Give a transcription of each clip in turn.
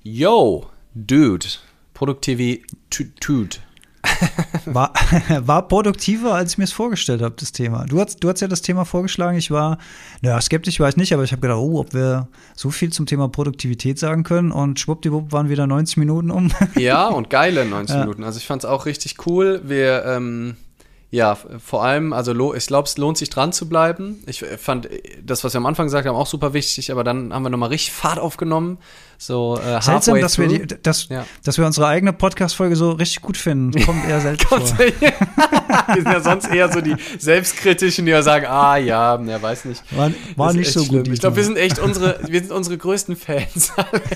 Yo, Dude. Produktivität. War produktiver, als ich mir es vorgestellt habe, das Thema. Du hast ja das Thema vorgeschlagen. Ich war, skeptisch war ich nicht, aber ich habe gedacht, ob wir so viel zum Thema Produktivität sagen können. Und schwuppdiwupp waren wieder 90 Minuten um. Ja, und geile 90 Minuten. Also ich fand es auch richtig cool. Wir, vor allem, also ich glaube, es lohnt sich dran zu bleiben. Ich fand das, was wir am Anfang gesagt haben, auch super wichtig, aber dann haben wir nochmal richtig Fahrt aufgenommen. So seltsam, dass wir unsere eigene Podcast-Folge so richtig gut finden. Kommt eher selten vor. Wir sind ja sonst eher so die Selbstkritischen, die ja sagen, weiß nicht. War nicht so schlimm. gut. Ich glaube, wir sind unsere größten Fans.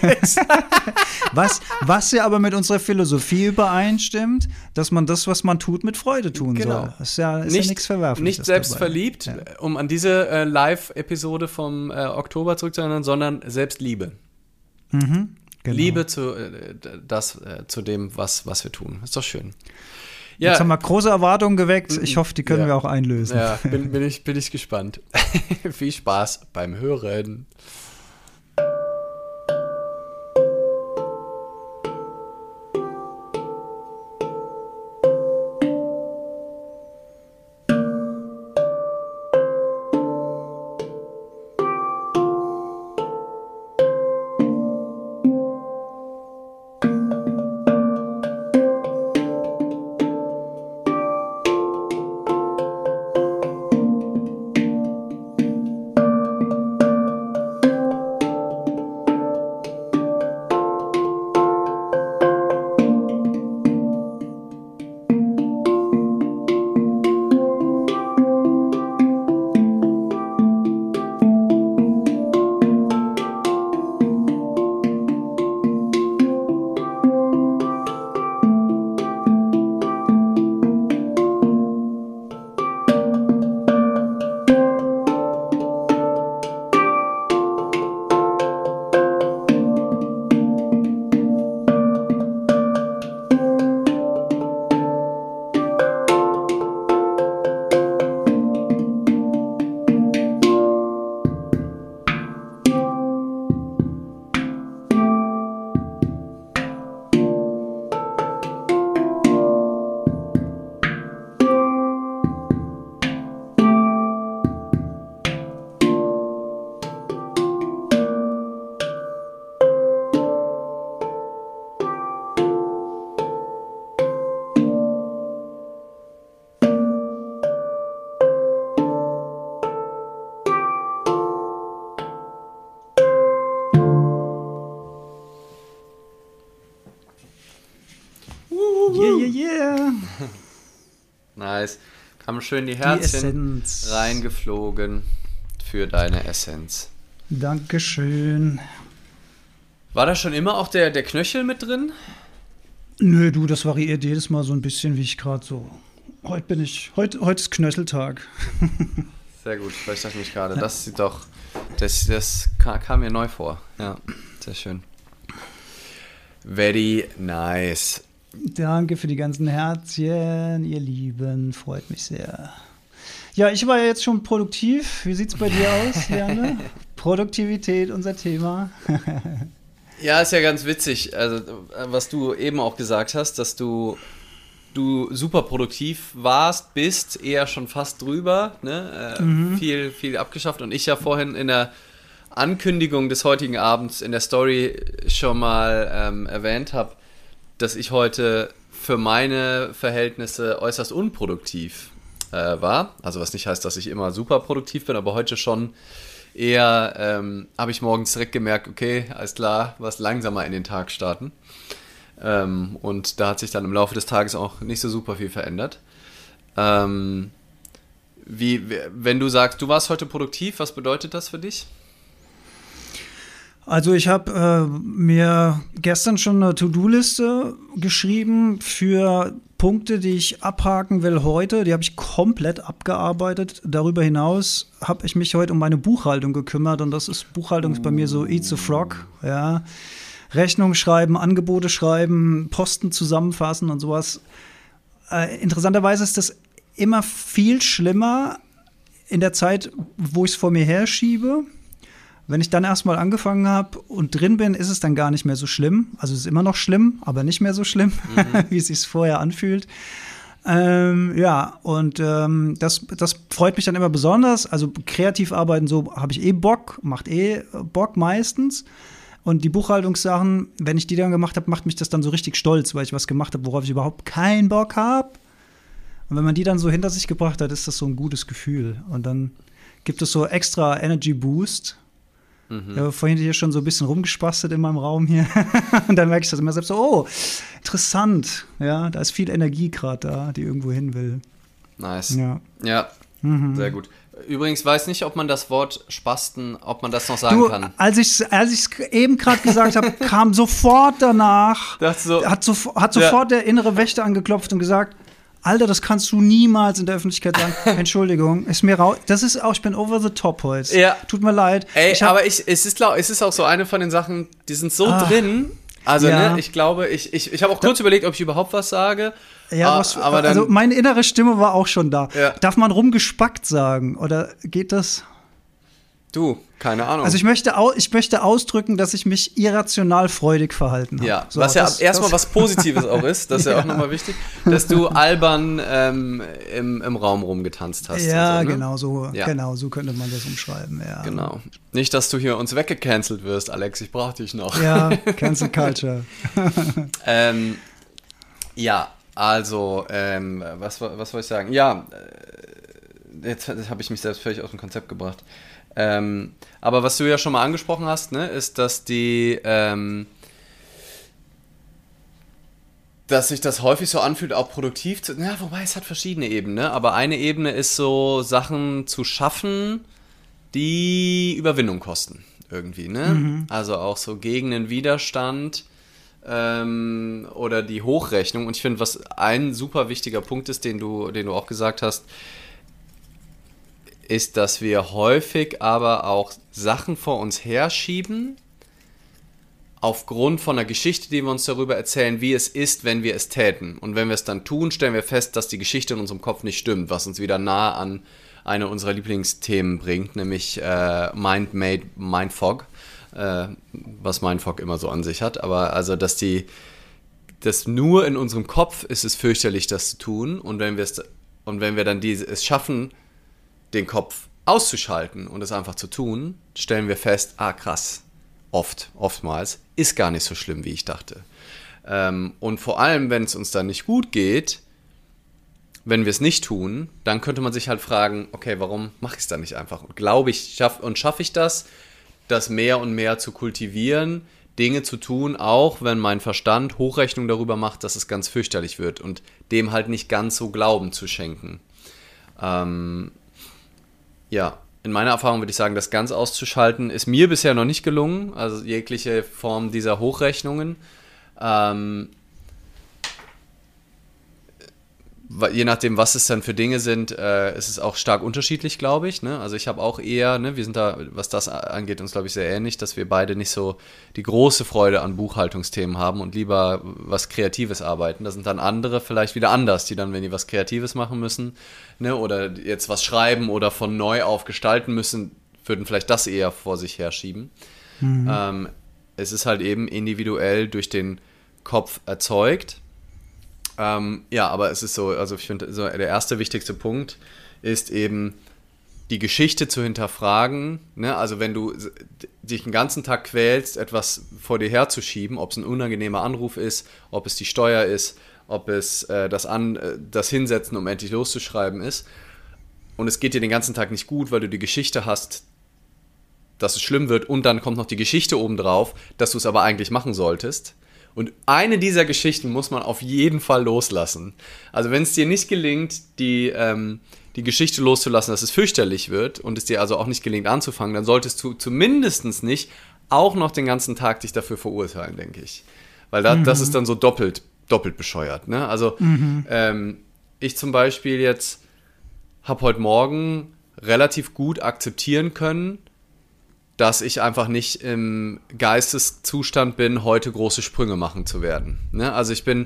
was ja aber mit unserer Philosophie übereinstimmt, dass man das, was man tut, mit Freude tun soll. Ist ja nichts Verwerfliches. Nicht selbstverliebt, um an diese Live-Episode vom Oktober zurückzuerinnern, sondern Selbstliebe. Mhm, genau. Liebe zu dem, was wir tun. Ist doch schön. Ja. Jetzt haben wir große Erwartungen geweckt. Ich hoffe, die können wir auch einlösen. Ja, bin ich gespannt. Viel Spaß beim Hören. Yeah. Nice. Haben schön die Herzchen reingeflogen für deine Essenz. Dankeschön. War da schon immer auch der Knöchel mit drin? Nö, du, das variiert jedes Mal so ein bisschen, wie ich gerade so. Heute ist Knöcheltag. Sehr gut, vielleicht dachte ich mich gerade, das sieht doch, das kam mir neu vor. Ja, sehr schön. Very nice. Danke für die ganzen Herzchen, ihr Lieben, freut mich sehr. Ja, ich war ja jetzt schon produktiv. Wie sieht's bei dir aus, Lerne? Produktivität, unser Thema. Ja, ist ja ganz witzig, also was du eben auch gesagt hast, dass du super produktiv bist, eher schon fast drüber, ne? Viel abgeschafft und ich ja vorhin in der Ankündigung des heutigen Abends in der Story schon mal erwähnt habe, dass ich heute für meine Verhältnisse äußerst unproduktiv war. Also was nicht heißt, dass ich immer super produktiv bin, aber heute schon eher habe ich morgens direkt gemerkt, okay, alles klar, was langsamer in den Tag starten. Und da hat sich dann im Laufe des Tages auch nicht so super viel verändert. Wenn du sagst, du warst heute produktiv, was bedeutet das für dich? Also ich habe mir gestern schon eine To-Do-Liste geschrieben für Punkte, die ich abhaken will heute. Die habe ich komplett abgearbeitet. Darüber hinaus habe ich mich heute um meine Buchhaltung gekümmert. Und Buchhaltung ist bei mir so Eat the Frog. Ja. Rechnung schreiben, Angebote schreiben, Posten zusammenfassen und sowas. Interessanterweise ist das immer viel schlimmer in der Zeit, wo ich es vor mir herschiebe. wenn ich dann erstmal angefangen habe und drin bin, ist es dann gar nicht mehr so schlimm. Also es ist immer noch schlimm, aber nicht mehr so schlimm, wie es sich vorher anfühlt. Das freut mich dann immer besonders. Also kreativ arbeiten, so habe ich Bock, macht Bock meistens. Und die Buchhaltungssachen, wenn ich die dann gemacht habe, macht mich das dann so richtig stolz, weil ich was gemacht habe, worauf ich überhaupt keinen Bock habe. Und wenn man die dann so hinter sich gebracht hat, ist das so ein gutes Gefühl. Und dann gibt es so extra Energy Boost. Ich habe vorhin hier schon so ein bisschen rumgespastet in meinem Raum hier. Und dann merke ich das immer selbst so, oh, interessant. Ja, da ist viel Energie gerade da, die irgendwo hin will. Nice. Ja. Sehr gut. Übrigens weiß nicht, ob man das Wort Spasten, ob man das noch sagen kann. Als ich es eben gerade gesagt habe, kam sofort danach, hat sofort der innere Wächter angeklopft und gesagt, Alter, das kannst du niemals in der Öffentlichkeit sagen. Entschuldigung, ist mir das ist auch, ich bin over the top heute. Ja. Tut mir leid. Ey, es ist auch so eine von den Sachen, die sind so drin. Also, ich glaube, ich habe auch kurz überlegt, ob ich überhaupt was sage. Ja, aber dann, also meine innere Stimme war auch schon da. Ja. Darf man rumgespackt sagen? Oder geht das? Du, keine Ahnung. Also ich möchte ausdrücken, dass ich mich irrational freudig verhalten habe. Ja, so, was ja erstmal was Positives auch ist, das ist ja auch nochmal wichtig, dass du albern im Raum rumgetanzt hast. Ja, so, ne? Genau so könnte man das umschreiben. Ja. Genau. Nicht, dass du hier uns weggecancelt wirst, Alex, ich brauch dich noch. Ja, Cancel Culture. Ja, also, was wollte ich sagen? Ja, jetzt habe ich mich selbst völlig aus dem Konzept gebracht. Aber was du ja schon mal angesprochen hast, ne, ist, dass dass sich das häufig so anfühlt, auch produktiv zu. Ja, wobei es hat verschiedene Ebenen, ne? Aber eine Ebene ist so, Sachen zu schaffen, die Überwindung kosten, irgendwie, ne? Also auch so gegen den Widerstand oder die Hochrechnung. Und ich finde, was ein super wichtiger Punkt ist, den du auch gesagt hast, ist, dass wir häufig aber auch Sachen vor uns herschieben, aufgrund von einer Geschichte, die wir uns darüber erzählen, wie es ist, wenn wir es täten. Und wenn wir es dann tun, stellen wir fest, dass die Geschichte in unserem Kopf nicht stimmt, was uns wieder nah an eine unserer Lieblingsthemen bringt, nämlich Mindfog, was Mindfog immer so an sich hat. Aber also, dass nur in unserem Kopf ist es fürchterlich, das zu tun. Und wenn wir dann es schaffen, den Kopf auszuschalten und es einfach zu tun, stellen wir fest, krass, oftmals, ist gar nicht so schlimm, wie ich dachte. Und vor allem, wenn es uns dann nicht gut geht, wenn wir es nicht tun, dann könnte man sich halt fragen, okay, warum mache ich es dann nicht einfach? Und schaffe ich das mehr und mehr zu kultivieren, Dinge zu tun, auch wenn mein Verstand Hochrechnung darüber macht, dass es ganz fürchterlich wird und dem halt nicht ganz so Glauben zu schenken. Ja, in meiner Erfahrung würde ich sagen, das ganz auszuschalten ist mir bisher noch nicht gelungen, also jegliche Form dieser Hochrechnungen. Je nachdem, was es dann für Dinge sind, ist es auch stark unterschiedlich, glaube ich. Ne? Also ich habe auch eher, wir sind da, was das angeht, uns, glaube ich, sehr ähnlich, dass wir beide nicht so die große Freude an Buchhaltungsthemen haben und lieber was Kreatives arbeiten. Da sind dann andere vielleicht wieder anders, die dann, wenn die was Kreatives machen müssen, ne, oder jetzt was schreiben oder von neu auf gestalten müssen, würden vielleicht das eher vor sich herschieben. Es ist halt eben individuell durch den Kopf erzeugt. Aber es ist so, also ich finde, so der erste wichtigste Punkt ist eben, die Geschichte zu hinterfragen, ne? Also wenn du dich den ganzen Tag quälst, etwas vor dir herzuschieben, ob es ein unangenehmer Anruf ist, ob es die Steuer ist, ob es das Hinsetzen, um endlich loszuschreiben ist, und es geht dir den ganzen Tag nicht gut, weil du die Geschichte hast, dass es schlimm wird, und dann kommt noch die Geschichte obendrauf, dass du es aber eigentlich machen solltest. Und eine dieser Geschichten muss man auf jeden Fall loslassen. Also wenn es dir nicht gelingt, die Geschichte loszulassen, dass es fürchterlich wird, und es dir also auch nicht gelingt anzufangen, dann solltest du zumindest nicht auch noch den ganzen Tag dich dafür verurteilen, denke ich. Weil das ist dann so doppelt bescheuert. Ne? Also ich zum Beispiel jetzt habe heute Morgen relativ gut akzeptieren können, dass ich einfach nicht im Geisteszustand bin, heute große Sprünge machen zu werden. Ne? Also ich bin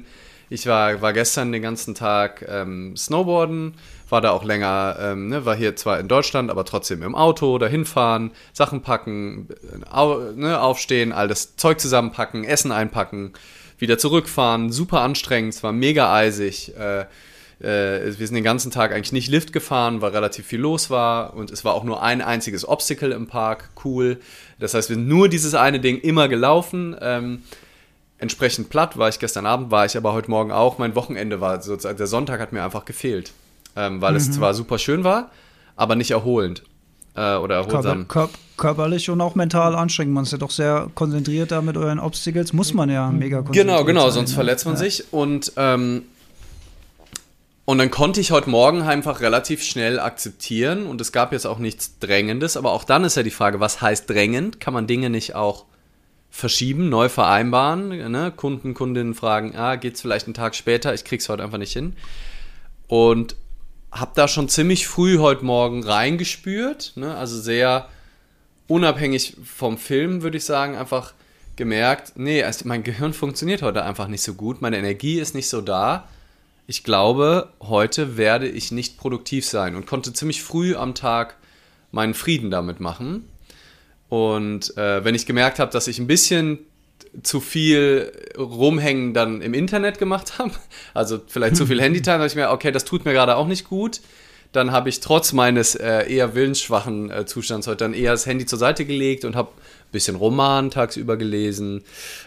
Ich war gestern den ganzen Tag Snowboarden, war da auch länger, war hier zwar in Deutschland, aber trotzdem im Auto, dahin fahren, Sachen packen, aufstehen, all das Zeug zusammenpacken, Essen einpacken, wieder zurückfahren, super anstrengend, es war mega eisig. Wir sind den ganzen Tag eigentlich nicht Lift gefahren, weil relativ viel los war und es war auch nur ein einziges Obstacle im Park, cool. Das heißt, wir sind nur dieses eine Ding immer gelaufen. Entsprechend platt war ich gestern Abend, war ich aber heute Morgen auch. Mein Wochenende war sozusagen, der Sonntag hat mir einfach gefehlt, weil es zwar super schön war, aber nicht erholend oder erholsam. Körperlich und auch mental anstrengend. Man ist ja doch sehr konzentriert da mit euren Obstacles. Muss man ja mega konzentriert Genau, sein, sonst verletzt man sich. Und dann konnte ich heute Morgen einfach relativ schnell akzeptieren und es gab jetzt auch nichts Drängendes, aber auch dann ist ja die Frage, was heißt drängend? Kann man Dinge nicht auch verschieben, neu vereinbaren? Ne? Kundinnen fragen, geht's vielleicht einen Tag später, ich krieg's heute einfach nicht hin. Und habe da schon ziemlich früh heute Morgen reingespürt, ne? Also sehr unabhängig vom Film, würde ich sagen, einfach gemerkt, mein Gehirn funktioniert heute einfach nicht so gut, meine Energie ist nicht so da. Ich glaube, heute werde ich nicht produktiv sein und konnte ziemlich früh am Tag meinen Frieden damit machen. Und wenn ich gemerkt habe, dass ich ein bisschen zu viel Rumhängen dann im Internet gemacht habe, also vielleicht zu viel Handytime, habe ich mir, okay, das tut mir gerade auch nicht gut. Dann habe ich trotz meines eher willensschwachen Zustands heute dann eher das Handy zur Seite gelegt und habe ein bisschen Roman tagsüber gelesen,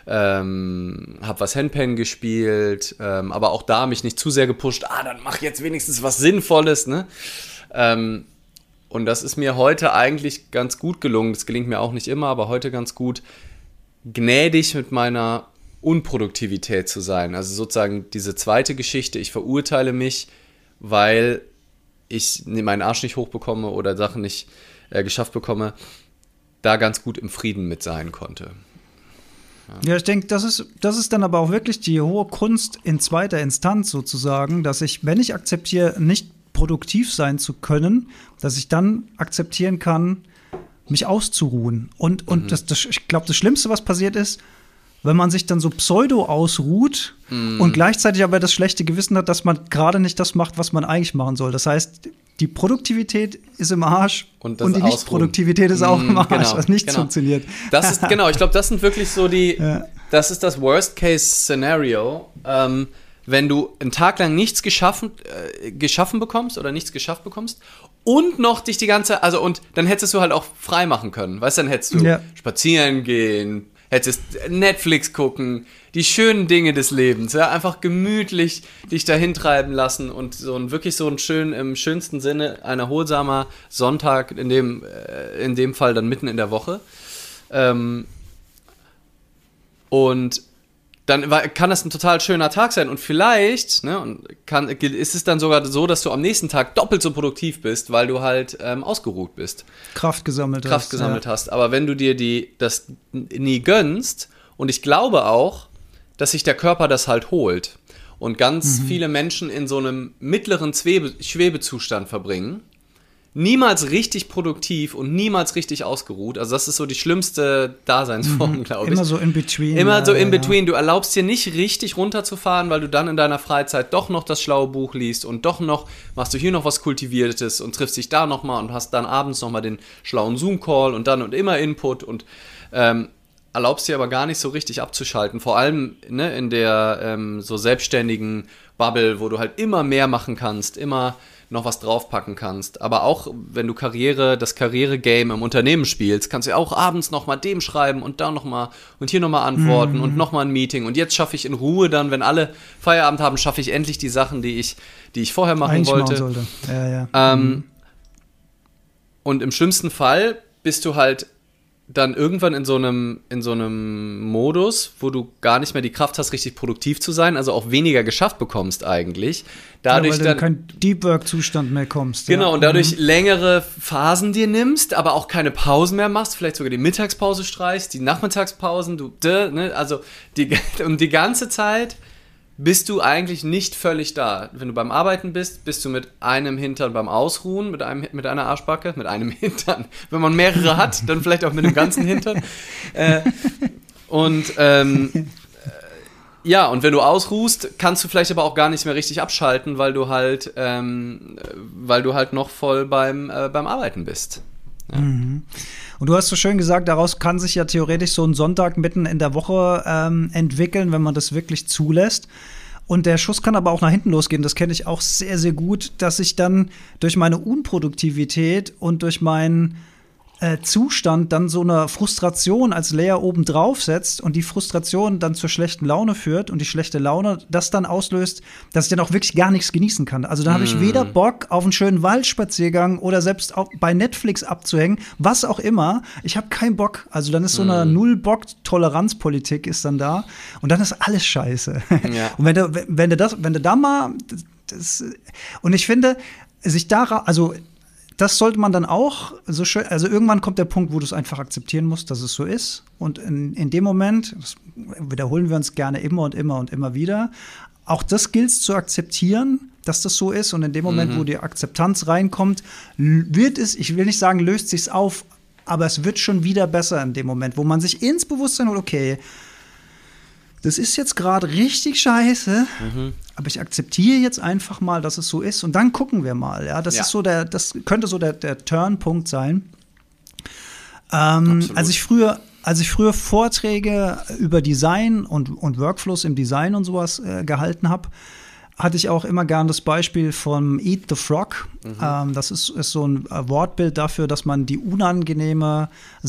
habe was Handpan gespielt, aber auch da mich nicht zu sehr gepusht, dann mach jetzt wenigstens was Sinnvolles, ne? Und das ist mir heute eigentlich ganz gut gelungen, das gelingt mir auch nicht immer, aber heute ganz gut, gnädig mit meiner Unproduktivität zu sein. Also sozusagen diese zweite Geschichte, ich verurteile mich, weil ich meinen Arsch nicht hochbekomme oder Sachen nicht geschafft bekomme, da ganz gut im Frieden mit sein konnte. Ja, ich denke, das ist dann aber auch wirklich die hohe Kunst in zweiter Instanz sozusagen, dass ich, wenn ich akzeptiere, nicht produktiv sein zu können, dass ich dann akzeptieren kann, mich auszuruhen. Und ich glaube, das Schlimmste, was passiert ist, wenn man sich dann so pseudo ausruht und gleichzeitig aber das schlechte Gewissen hat, dass man gerade nicht das macht, was man eigentlich machen soll. Das heißt, die Produktivität ist im Arsch und die Nichtproduktivität ist auch im Arsch, was nichts funktioniert. Das ist, ich glaube, das sind wirklich so das ist das Worst-Case-Szenario, wenn du einen Tag lang nichts geschaffen bekommst oder nichts geschafft bekommst und noch dich und dann hättest du halt auch frei machen können, weißt du, dann hättest du spazieren gehen, hättest Netflix gucken, die schönen Dinge des Lebens, ja, einfach gemütlich dich dahin treiben lassen und wirklich so ein im schönsten Sinne ein erholsamer Sonntag, in dem Fall dann mitten in der Woche. Und dann kann das ein total schöner Tag sein und vielleicht ist es dann sogar so, dass du am nächsten Tag doppelt so produktiv bist, weil du halt ausgeruht bist. Kraft gesammelt hast. Aber wenn du dir das nie gönnst, und ich glaube auch, dass sich der Körper das halt holt und ganz viele Menschen in so einem mittleren Schwebezustand verbringen, niemals richtig produktiv und niemals richtig ausgeruht. Also das ist so die schlimmste Daseinsform, glaube ich. Immer so in between. Du erlaubst dir nicht richtig runterzufahren, weil du dann in deiner Freizeit doch noch das schlaue Buch liest und doch noch machst du hier noch was Kultiviertes und triffst dich da nochmal und hast dann abends nochmal den schlauen Zoom-Call und dann und immer Input und erlaubst dir aber gar nicht so richtig abzuschalten. Vor allem in der so selbstständigen Bubble, wo du halt immer mehr machen kannst, immer noch was draufpacken kannst. Aber auch, wenn du das Karriere-Game im Unternehmen spielst, kannst du auch abends nochmal dem schreiben und da nochmal und hier nochmal antworten und nochmal ein Meeting. Und jetzt schaffe ich in Ruhe dann, wenn alle Feierabend haben, schaffe ich endlich die Sachen, die ich vorher machen wollte. Und im schlimmsten Fall bist du halt dann irgendwann in so einem Modus, wo du gar nicht mehr die Kraft hast, richtig produktiv zu sein, also auch weniger geschafft bekommst eigentlich. Dadurch weil du in keinen Deep Work-Zustand mehr kommst. Genau, und dadurch längere Phasen dir nimmst, aber auch keine Pausen mehr machst, vielleicht sogar die Mittagspause streichst, die Nachmittagspausen, also die ganze Zeit bist du eigentlich nicht völlig da. Wenn du beim Arbeiten bist du mit einem Hintern beim Ausruhen, mit einer Arschbacke, mit einem Hintern. Wenn man mehrere hat, dann vielleicht auch mit dem ganzen Hintern. Ja, und wenn du ausruhst, kannst du vielleicht aber auch gar nicht mehr richtig abschalten, weil du halt noch voll beim Arbeiten bist. Ja. Mhm. Und du hast so schön gesagt, daraus kann sich ja theoretisch so ein Sonntag mitten in der Woche entwickeln, wenn man das wirklich zulässt. Und der Schuss kann aber auch nach hinten losgehen. Das kenne ich auch sehr, sehr gut, dass ich dann durch meine Unproduktivität und durch meinen Zustand dann so eine Frustration als Layer oben drauf setzt und die Frustration dann zur schlechten Laune führt und die schlechte Laune das dann auslöst, dass ich dann auch wirklich gar nichts genießen kann. Also dann habe ich weder Bock auf einen schönen Waldspaziergang oder selbst auch bei Netflix abzuhängen, was auch immer. Ich habe keinen Bock. Also dann ist so eine Null-Bock-Toleranzpolitik ist dann da und dann ist alles scheiße. Ja. Und wenn du da mal und ich finde, das sollte man dann auch so schön, also irgendwann kommt der Punkt, wo du es einfach akzeptieren musst, dass es so ist. Und in dem Moment, das wiederholen wir uns gerne immer und immer und immer wieder, auch das gilt es zu akzeptieren, dass das so ist. Und in dem Moment, wo die Akzeptanz reinkommt, wird es, ich will nicht sagen, löst sich's auf, aber es wird schon wieder besser in dem Moment, wo man sich ins Bewusstsein holt, okay, das ist jetzt gerade richtig scheiße, aber ich akzeptiere jetzt einfach mal, dass es so ist und dann gucken wir mal. Ja, das ist so das könnte so der Turnpunkt sein. Als ich früher Vorträge über Design und Workflows im Design und sowas gehalten habe, hatte ich auch immer gern das Beispiel von Eat the Frog. Das ist so ein Wortbild dafür, dass man die unangenehme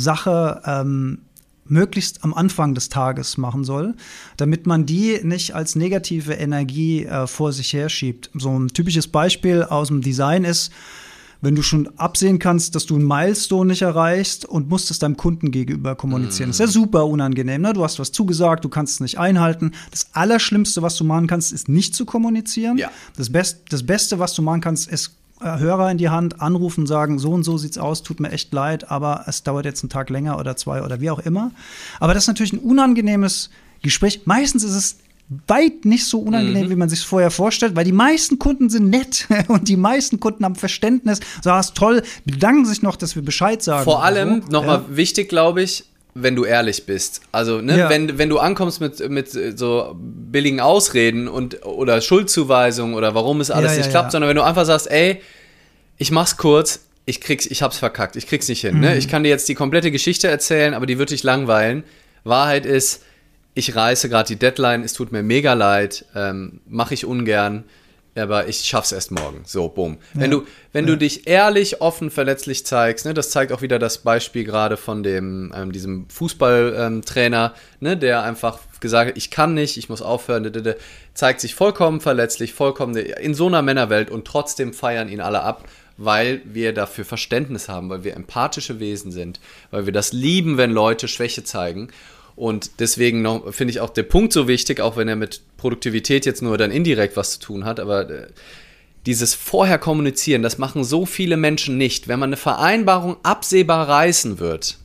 Sache möglichst am Anfang des Tages machen soll, damit man die nicht als negative Energie vor sich herschiebt. So ein typisches Beispiel aus dem Design ist, wenn du schon absehen kannst, dass du einen Milestone nicht erreichst und musst es deinem Kunden gegenüber kommunizieren. Das ist ja super unangenehm, ne? Du hast was zugesagt, du kannst es nicht einhalten. Das Allerschlimmste, was du machen kannst, ist nicht zu kommunizieren. Ja. Das Beste, was du machen kannst, ist Hörer in die Hand, anrufen, sagen, so und so sieht's aus, tut mir echt leid, aber es dauert jetzt einen Tag länger oder 2 oder wie auch immer. Aber das ist natürlich ein unangenehmes Gespräch. Meistens ist es weit nicht so unangenehm, wie man sich vorher vorstellt, weil die meisten Kunden sind nett und die meisten Kunden haben Verständnis. So, das ist toll, bedanken sich noch, dass wir Bescheid sagen. Vor allem, nochmal wichtig, glaube ich, wenn du ehrlich bist. Also, ne, wenn du ankommst mit so billigen Ausreden oder Schuldzuweisungen oder warum es alles nicht klappt, sondern wenn du einfach sagst, ey, ich mach's kurz, ich hab's verkackt, ich krieg's nicht hin. Ne? Ich kann dir jetzt die komplette Geschichte erzählen, aber die wird dich langweilen. Wahrheit ist, ich reiße gerade die Deadline, es tut mir mega leid, mache ich ungern, aber ich schaff's erst morgen. So, bumm. Wenn du dich ehrlich, offen, verletzlich zeigst, ne, das zeigt auch wieder das Beispiel gerade von diesem Fußballtrainer, ne, der einfach gesagt hat, ich kann nicht, ich muss aufhören, zeigt sich vollkommen verletzlich, vollkommen in so einer Männerwelt und trotzdem feiern ihn alle ab, weil wir dafür Verständnis haben, weil wir empathische Wesen sind, weil wir das lieben, wenn Leute Schwäche zeigen. Und deswegen finde ich auch der Punkt so wichtig, auch wenn er mit Produktivität jetzt nur dann indirekt was zu tun hat, aber dieses vorher kommunizieren, das machen so viele Menschen nicht. Wenn man eine Vereinbarung absehbar reißen wird,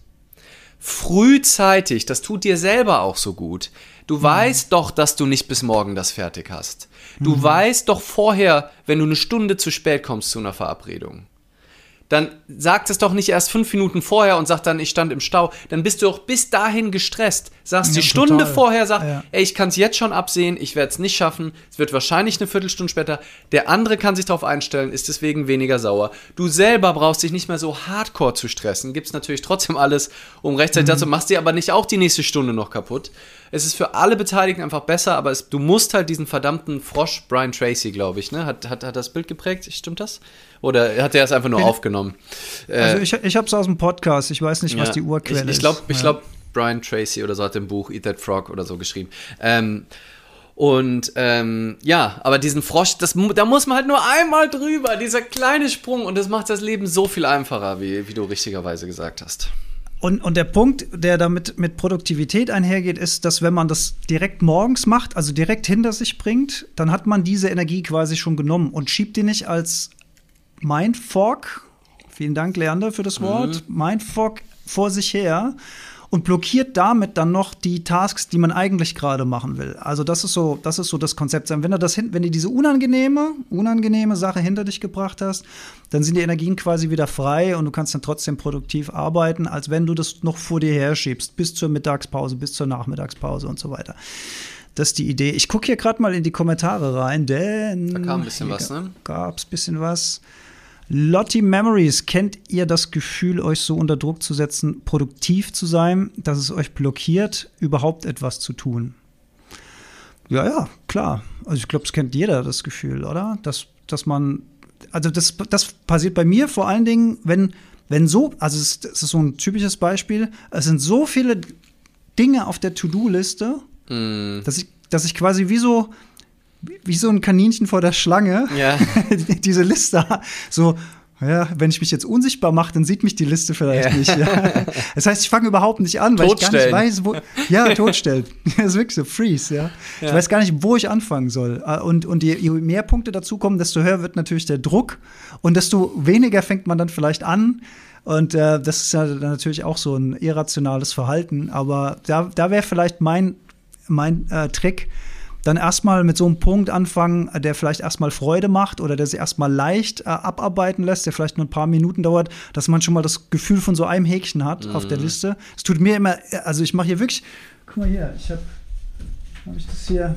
frühzeitig, das tut dir selber auch so gut. Du weißt doch, dass du nicht bis morgen das fertig hast. Du weißt doch vorher, wenn du eine Stunde zu spät kommst zu einer Verabredung. Dann sagt es doch nicht erst 5 Minuten vorher und sagt dann, ich stand im Stau. Dann bist du auch bis dahin gestresst. Sagst die Stunde vorher, ey, ich kann es jetzt schon absehen, ich werde es nicht schaffen. Es wird wahrscheinlich eine Viertelstunde später. Der andere kann sich darauf einstellen, ist deswegen weniger sauer. Du selber brauchst dich nicht mehr so hardcore zu stressen. Gibst natürlich trotzdem alles, um rechtzeitig dazu, machst dir aber nicht auch die nächste Stunde noch kaputt. Es ist für alle Beteiligten einfach besser, aber du musst halt diesen verdammten Frosch, Brian Tracy, glaube ich, ne? Hat das Bild geprägt? Stimmt das? Oder hat er es einfach nur aufgenommen? Also ich habe es aus dem Podcast, ich weiß nicht, was die Urquelle ist. Ich glaube, Brian Tracy oder so hat im Buch Eat That Frog oder so geschrieben. Aber diesen Frosch, da muss man halt nur einmal drüber, dieser kleine Sprung, und das macht das Leben so viel einfacher, wie du richtigerweise gesagt hast. Und der Punkt, der damit mit Produktivität einhergeht, ist, dass wenn man das direkt morgens macht, also direkt hinter sich bringt, dann hat man diese Energie quasi schon genommen und schiebt die nicht als Mindfuck, vielen Dank, Leander, für das Wort, Mindfuck vor sich her und blockiert damit dann noch die Tasks, die man eigentlich gerade machen will. Also das ist so das Konzept. Wenn du diese unangenehme Sache hinter dich gebracht hast, dann sind die Energien quasi wieder frei und du kannst dann trotzdem produktiv arbeiten, als wenn du das noch vor dir herschiebst, bis zur Mittagspause, bis zur Nachmittagspause und so weiter. Das ist die Idee. Ich gucke hier gerade mal in die Kommentare rein, denn da kam ein bisschen was, ne? Gab's ein bisschen was. Lottie Memories, kennt ihr das Gefühl, euch so unter Druck zu setzen, produktiv zu sein, dass es euch blockiert, überhaupt etwas zu tun? Ja, klar. Also ich glaube, das kennt jeder, das Gefühl, oder? Dass man, also das passiert bei mir vor allen Dingen, wenn so, also das ist so ein typisches Beispiel, es sind so viele Dinge auf der To-Do-Liste, dass ich quasi wie so ein Kaninchen vor der Schlange diese Liste so, ja, wenn ich mich jetzt unsichtbar mache, dann sieht mich die Liste vielleicht nicht. Ja. Das heißt, ich fange überhaupt nicht an, weil ich gar nicht weiß, wo. Ja, totstellen. Das ist wirklich so, freeze, ja. Ich weiß gar nicht, wo ich anfangen soll. Und je mehr Punkte dazukommen, desto höher wird natürlich der Druck und desto weniger fängt man dann vielleicht an. Und das ist ja dann natürlich auch so ein irrationales Verhalten. Aber da wäre vielleicht mein Trick, dann erstmal mit so einem Punkt anfangen, der vielleicht erstmal Freude macht oder der sich erstmal leicht abarbeiten lässt, der vielleicht nur ein paar Minuten dauert, dass man schon mal das Gefühl von so einem Häkchen hat auf der Liste. Es tut mir immer, also ich mache hier wirklich, guck mal hier, habe ich das hier,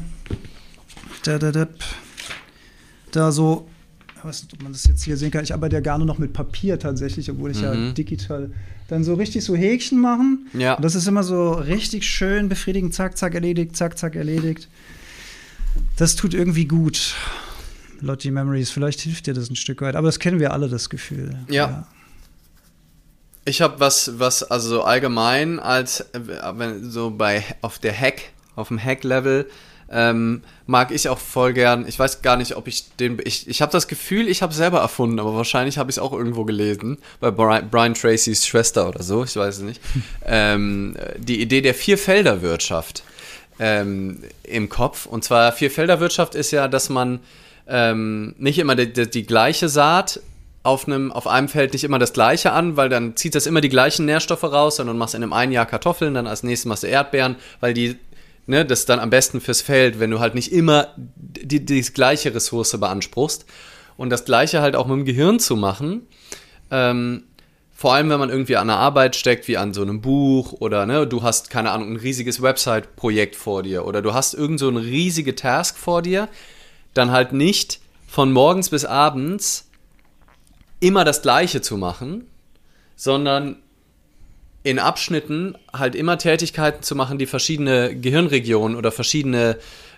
da so, ich weiß nicht, ob man das jetzt hier sehen kann, ich arbeite ja gerne noch mit Papier tatsächlich, obwohl ich ja digital, dann so richtig so Häkchen machen. Ja. Und das ist immer so richtig schön befriedigend, zack, zack, erledigt, zack, zack, erledigt. Das tut irgendwie gut. Lottie Memories, vielleicht hilft dir das ein Stück weit, aber das kennen wir alle, das Gefühl. Ja. Ich habe was also so allgemein als so auf dem Hack-Level mag ich auch voll gern. Ich weiß gar nicht, ob ich habe das Gefühl, ich habe es selber erfunden, aber wahrscheinlich habe ich es auch irgendwo gelesen, bei Brian Tracys Schwester oder so, ich weiß es nicht. Die Idee der Vierfelderwirtschaft im Kopf. Und zwar Vierfelderwirtschaft ist ja, dass man nicht immer die gleiche Saat auf einem Feld nicht immer das Gleiche an, weil dann zieht das immer die gleichen Nährstoffe raus, sondern machst in einem einen Jahr Kartoffeln, dann als nächstes machst du Erdbeeren, weil das ist dann am besten fürs Feld, wenn du halt nicht immer die gleiche Ressource beanspruchst. Und das Gleiche halt auch mit dem Gehirn zu machen, vor allem, wenn man irgendwie an einer Arbeit steckt, wie an so einem Buch oder du hast, keine Ahnung, ein riesiges Website-Projekt vor dir oder du hast irgend so eine riesige Task vor dir, dann halt nicht von morgens bis abends immer das Gleiche zu machen, sondern in Abschnitten halt immer Tätigkeiten zu machen, die verschiedene Gehirnregionen oder verschiedene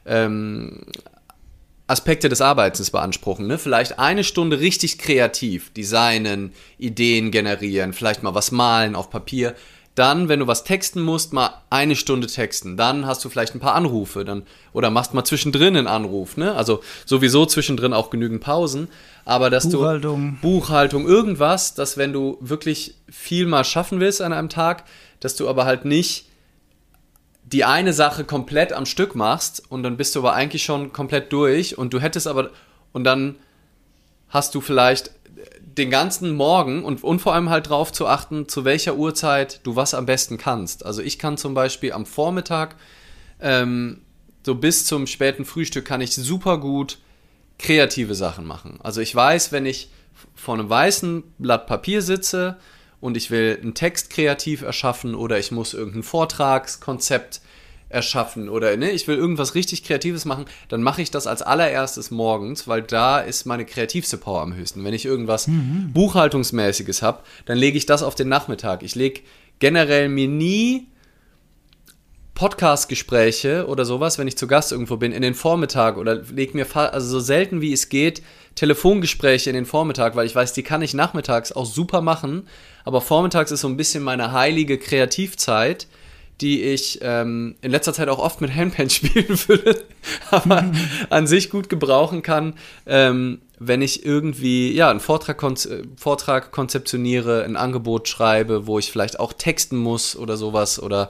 Aspekte des Arbeitens beanspruchen. Ne? Vielleicht eine Stunde richtig kreativ, designen, Ideen generieren, vielleicht mal was malen auf Papier. Dann, wenn du was texten musst, mal eine Stunde texten. Dann hast du vielleicht ein paar Anrufe oder machst mal zwischendrin einen Anruf. Ne? Also sowieso zwischendrin auch genügend Pausen. Aber dass Buchhaltung, irgendwas, dass wenn du wirklich viel mal schaffen willst an einem Tag, dass du aber halt nicht die eine Sache komplett am Stück machst und dann bist du aber eigentlich schon komplett durch und dann hast du vielleicht den ganzen Morgen und vor allem halt drauf zu achten, zu welcher Uhrzeit du was am besten kannst. Also ich kann zum Beispiel am Vormittag so bis zum späten Frühstück kann ich super gut kreative Sachen machen. Also ich weiß, wenn ich vor einem weißen Blatt Papier sitze und ich will einen Text kreativ erschaffen oder ich muss irgendein Vortragskonzept erschaffen oder ich will irgendwas richtig Kreatives machen, dann mache ich das als allererstes morgens, weil da ist meine kreativste Power am höchsten. Wenn ich irgendwas Buchhaltungsmäßiges habe, dann lege ich das auf den Nachmittag. Ich lege generell mir nie Podcast-Gespräche oder sowas, wenn ich zu Gast irgendwo bin, in den Vormittag oder lege mir also so selten wie es geht Telefongespräche in den Vormittag, weil ich weiß, die kann ich nachmittags auch super machen, aber vormittags ist so ein bisschen meine heilige Kreativzeit, die ich in letzter Zeit auch oft mit Handpan spielen würde, aber an sich gut gebrauchen kann, wenn ich irgendwie einen Vortrag konzeptioniere, ein Angebot schreibe, wo ich vielleicht auch texten muss oder sowas oder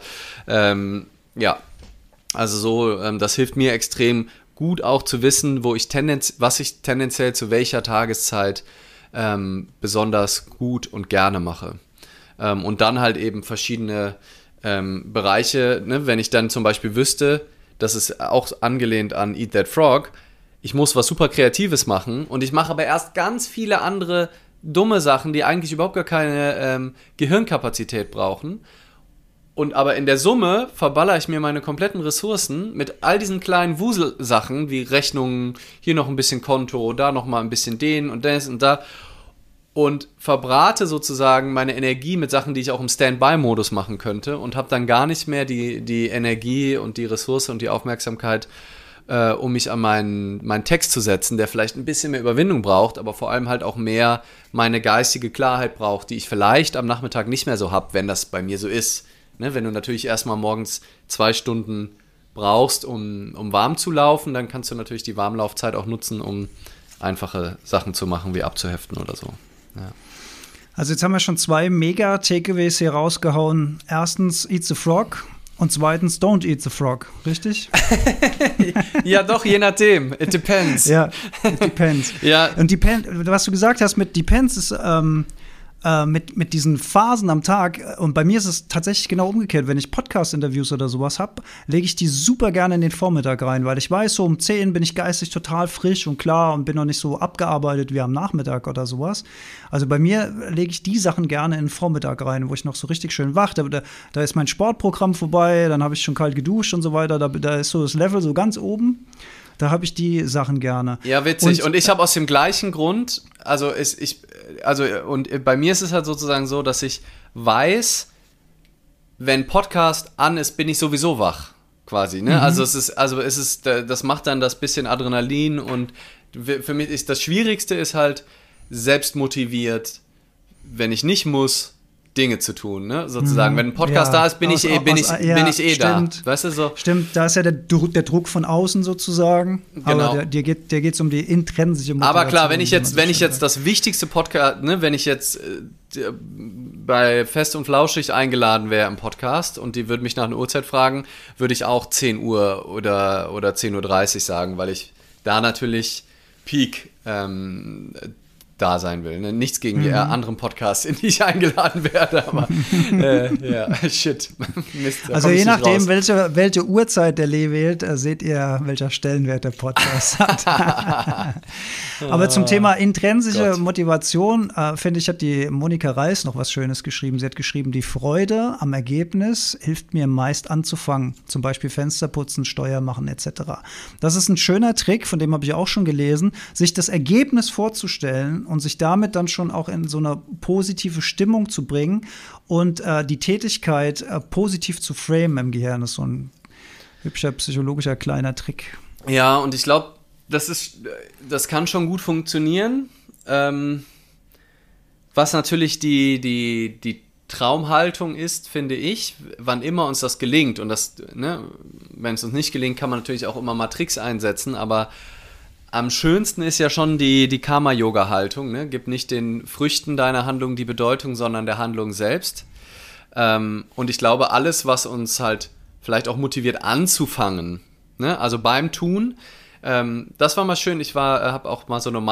also so, das hilft mir extrem gut auch zu wissen, was ich tendenziell zu welcher Tageszeit besonders gut und gerne mache. Und dann halt eben verschiedene Bereiche, ne, wenn ich dann zum Beispiel wüsste, das ist auch angelehnt an Eat That Frog, ich muss was super Kreatives machen und ich mache aber erst ganz viele andere dumme Sachen, die eigentlich überhaupt gar keine Gehirnkapazität brauchen. Und aber in der Summe verballere ich mir meine kompletten Ressourcen mit all diesen kleinen Wuselsachen, wie Rechnungen, hier noch ein bisschen Konto, da noch mal ein bisschen den und das und da. Und verbrate sozusagen meine Energie mit Sachen, die ich auch im Standby-Modus machen könnte und habe dann gar nicht mehr die Energie und die Ressource und die Aufmerksamkeit, um mich an meinen Text zu setzen, der vielleicht ein bisschen mehr Überwindung braucht, aber vor allem halt auch mehr meine geistige Klarheit braucht, die ich vielleicht am Nachmittag nicht mehr so habe, wenn das bei mir so ist. Ne, wenn du natürlich erstmal morgens 2 Stunden brauchst, um warm zu laufen, dann kannst du natürlich die Warmlaufzeit auch nutzen, um einfache Sachen zu machen, wie abzuheften oder so. Ja. Also jetzt haben wir schon 2 Mega-Takeaways hier rausgehauen. Erstens, eat the frog. Und zweitens, don't eat the frog. Richtig? Ja, doch, je nachdem. It depends. Ja, it depends. Ja. Und was du gesagt hast mit depends ist mit diesen Phasen am Tag, und bei mir ist es tatsächlich genau umgekehrt, wenn ich Podcast-Interviews oder sowas habe, lege ich die super gerne in den Vormittag rein, weil ich weiß, so um 10 bin ich geistig total frisch und klar und bin noch nicht so abgearbeitet wie am Nachmittag oder sowas. Also bei mir lege ich die Sachen gerne in den Vormittag rein, wo ich noch so richtig schön wach, da ist mein Sportprogramm vorbei, dann habe ich schon kalt geduscht und so weiter, da ist so das Level so ganz oben. Da habe ich die Sachen gerne. Ja, witzig. Und ich habe aus dem gleichen Grund, und bei mir ist es halt sozusagen so, dass ich weiß, wenn Podcast an ist, bin ich sowieso wach, quasi. Ne? Das macht dann das bisschen Adrenalin und für mich ist das Schwierigste ist halt selbst motiviert, wenn ich nicht muss, Dinge zu tun, ne? Sozusagen. Wenn ein Podcast da ist, bin ich eh da. Weißt du so? Stimmt, da ist ja der Druck von außen sozusagen. Genau. Aber dir geht's um die intrinsische Motivation. Aber klar, wenn ich jetzt das wichtigste Podcast, ne, wenn ich jetzt bei Fest und Flauschig eingeladen wäre im Podcast und die würden mich nach einer Uhrzeit fragen, würde ich auch 10 Uhr oder 10:30 Uhr sagen, weil ich da natürlich Peak da sein will. Ne? Nichts gegen die anderen Podcasts, in die ich eingeladen werde, aber shit. Mist, also je nachdem, welche Uhrzeit der Lee wählt, seht ihr, welcher Stellenwert der Podcast hat. Aber zum Thema intrinsische Motivation, finde ich, hat die Monika Reis noch was Schönes geschrieben. Sie hat geschrieben, die Freude am Ergebnis hilft mir meist anzufangen. Zum Beispiel Fenster putzen, Steuer machen etc. Das ist ein schöner Trick, von dem habe ich auch schon gelesen, sich das Ergebnis vorzustellen und sich damit dann schon auch in so eine positive Stimmung zu bringen und die Tätigkeit positiv zu framen im Gehirn. Das ist so ein hübscher psychologischer kleiner Trick. Ja, und ich glaube, das kann schon gut funktionieren. Was natürlich die Traumhaltung ist, finde ich, wann immer uns das gelingt. Und das, ne, wenn es uns nicht gelingt, kann man natürlich auch immer mal Tricks einsetzen, aber am schönsten ist ja schon die Karma-Yoga-Haltung, ne? Gib nicht den Früchten deiner Handlung die Bedeutung, sondern der Handlung selbst. Und ich glaube, alles, was uns halt vielleicht auch motiviert anzufangen, ne? Also beim Tun, das war mal schön. Ich habe auch mal so eine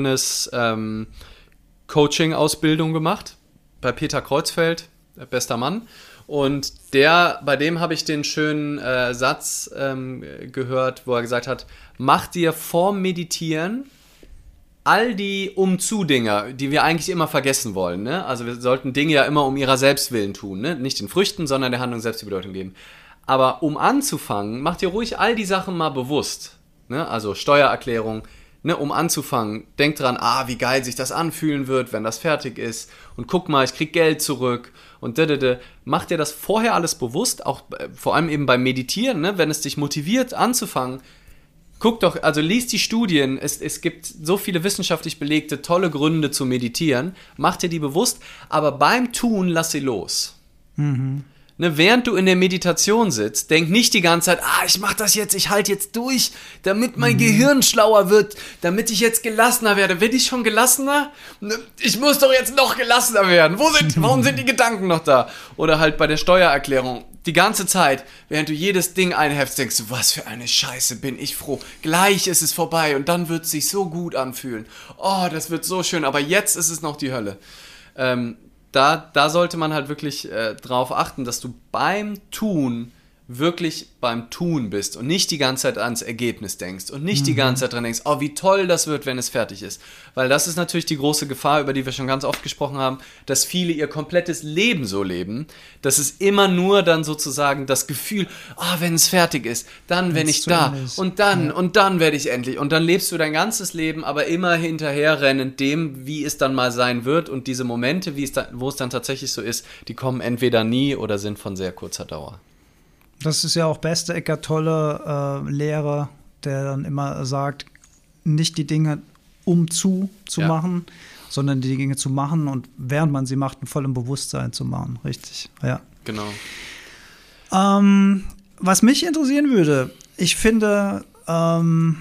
Mindfulness-Coaching-Ausbildung gemacht bei Peter Kreuzfeld, bester Mann. Und bei dem habe ich den schönen Satz gehört, wo er gesagt hat, mach dir vorm Meditieren all die Umzu-Dinger, die wir eigentlich immer vergessen wollen. Ne? Also wir sollten Dinge ja immer um ihrer selbst willen tun. Ne? Nicht den Früchten, sondern der Handlung selbst die Bedeutung geben. Aber um anzufangen, mach dir ruhig all die Sachen mal bewusst. Ne? Also Steuererklärung, ne? Um anzufangen, denk dran, wie geil sich das anfühlen wird, wenn das fertig ist. Und guck mal, ich krieg Geld zurück. Und mach dir das vorher alles bewusst, auch vor allem eben beim Meditieren, ne? Wenn es dich motiviert anzufangen. Guck doch, also lies die Studien, es gibt so viele wissenschaftlich belegte, tolle Gründe zu meditieren, mach dir die bewusst, aber beim Tun lass sie los. Mhm. Ne, während du in der Meditation sitzt, denk nicht die ganze Zeit, ich mach das jetzt, ich halte jetzt durch, damit mein Gehirn schlauer wird, damit ich jetzt gelassener werde. Werde ich schon gelassener? Ich muss doch jetzt noch gelassener werden. Warum sind die Gedanken noch da? Oder halt bei der Steuererklärung, die ganze Zeit, während du jedes Ding einheftest, denkst du, was für eine Scheiße, bin ich froh. Gleich ist es vorbei und dann wird es sich so gut anfühlen. Oh, das wird so schön, aber jetzt ist es noch die Hölle. da sollte man halt wirklich drauf achten, dass du beim Tun wirklich beim Tun bist und nicht die ganze Zeit ans Ergebnis denkst und nicht die ganze Zeit dran denkst, oh, wie toll das wird, wenn es fertig ist. Weil das ist natürlich die große Gefahr, über die wir schon ganz oft gesprochen haben, dass viele ihr komplettes Leben so leben, dass es immer nur dann sozusagen das Gefühl, wenn es fertig ist, dann wenn ich da und dann werde ich endlich. Und dann lebst du dein ganzes Leben, aber immer hinterherrennend dem, wie es dann mal sein wird, und diese Momente, wo es dann tatsächlich so ist, die kommen entweder nie oder sind von sehr kurzer Dauer. Das ist ja auch beste Eckart Tolle Lehrer, der dann immer sagt, nicht die Dinge zu machen, sondern die Dinge zu machen und während man sie macht, in vollem Bewusstsein zu machen. Richtig, ja. Genau. Was mich interessieren würde, ich finde nach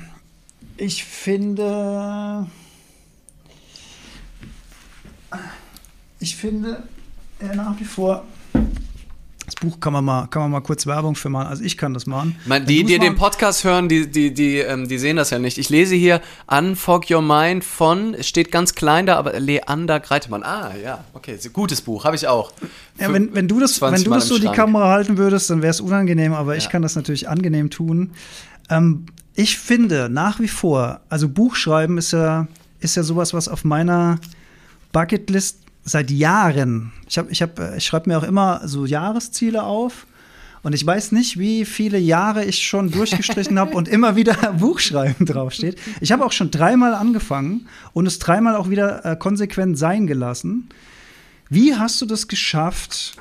wie vor. Das Buch kann man mal kurz Werbung für machen. Also ich kann das machen. Die den Podcast hören, die sehen das ja nicht. Ich lese hier Unfog Your Mind es steht ganz klein da, aber Leander Greitemann. Ja, okay, gutes Buch, habe ich auch. Ja, wenn du das so die Kamera halten würdest, dann wäre es unangenehm, aber ich kann das natürlich angenehm tun. Ich finde nach wie vor, also Buchschreiben ist ja sowas, was auf meiner Bucketlist seit Jahren. Ich schreibe mir auch immer so Jahresziele auf und ich weiß nicht, wie viele Jahre ich schon durchgestrichen habe und immer wieder Buchschreiben draufsteht. Ich habe auch schon 3-mal angefangen und es 3-mal auch wieder konsequent sein gelassen. Wie hast du das geschafft,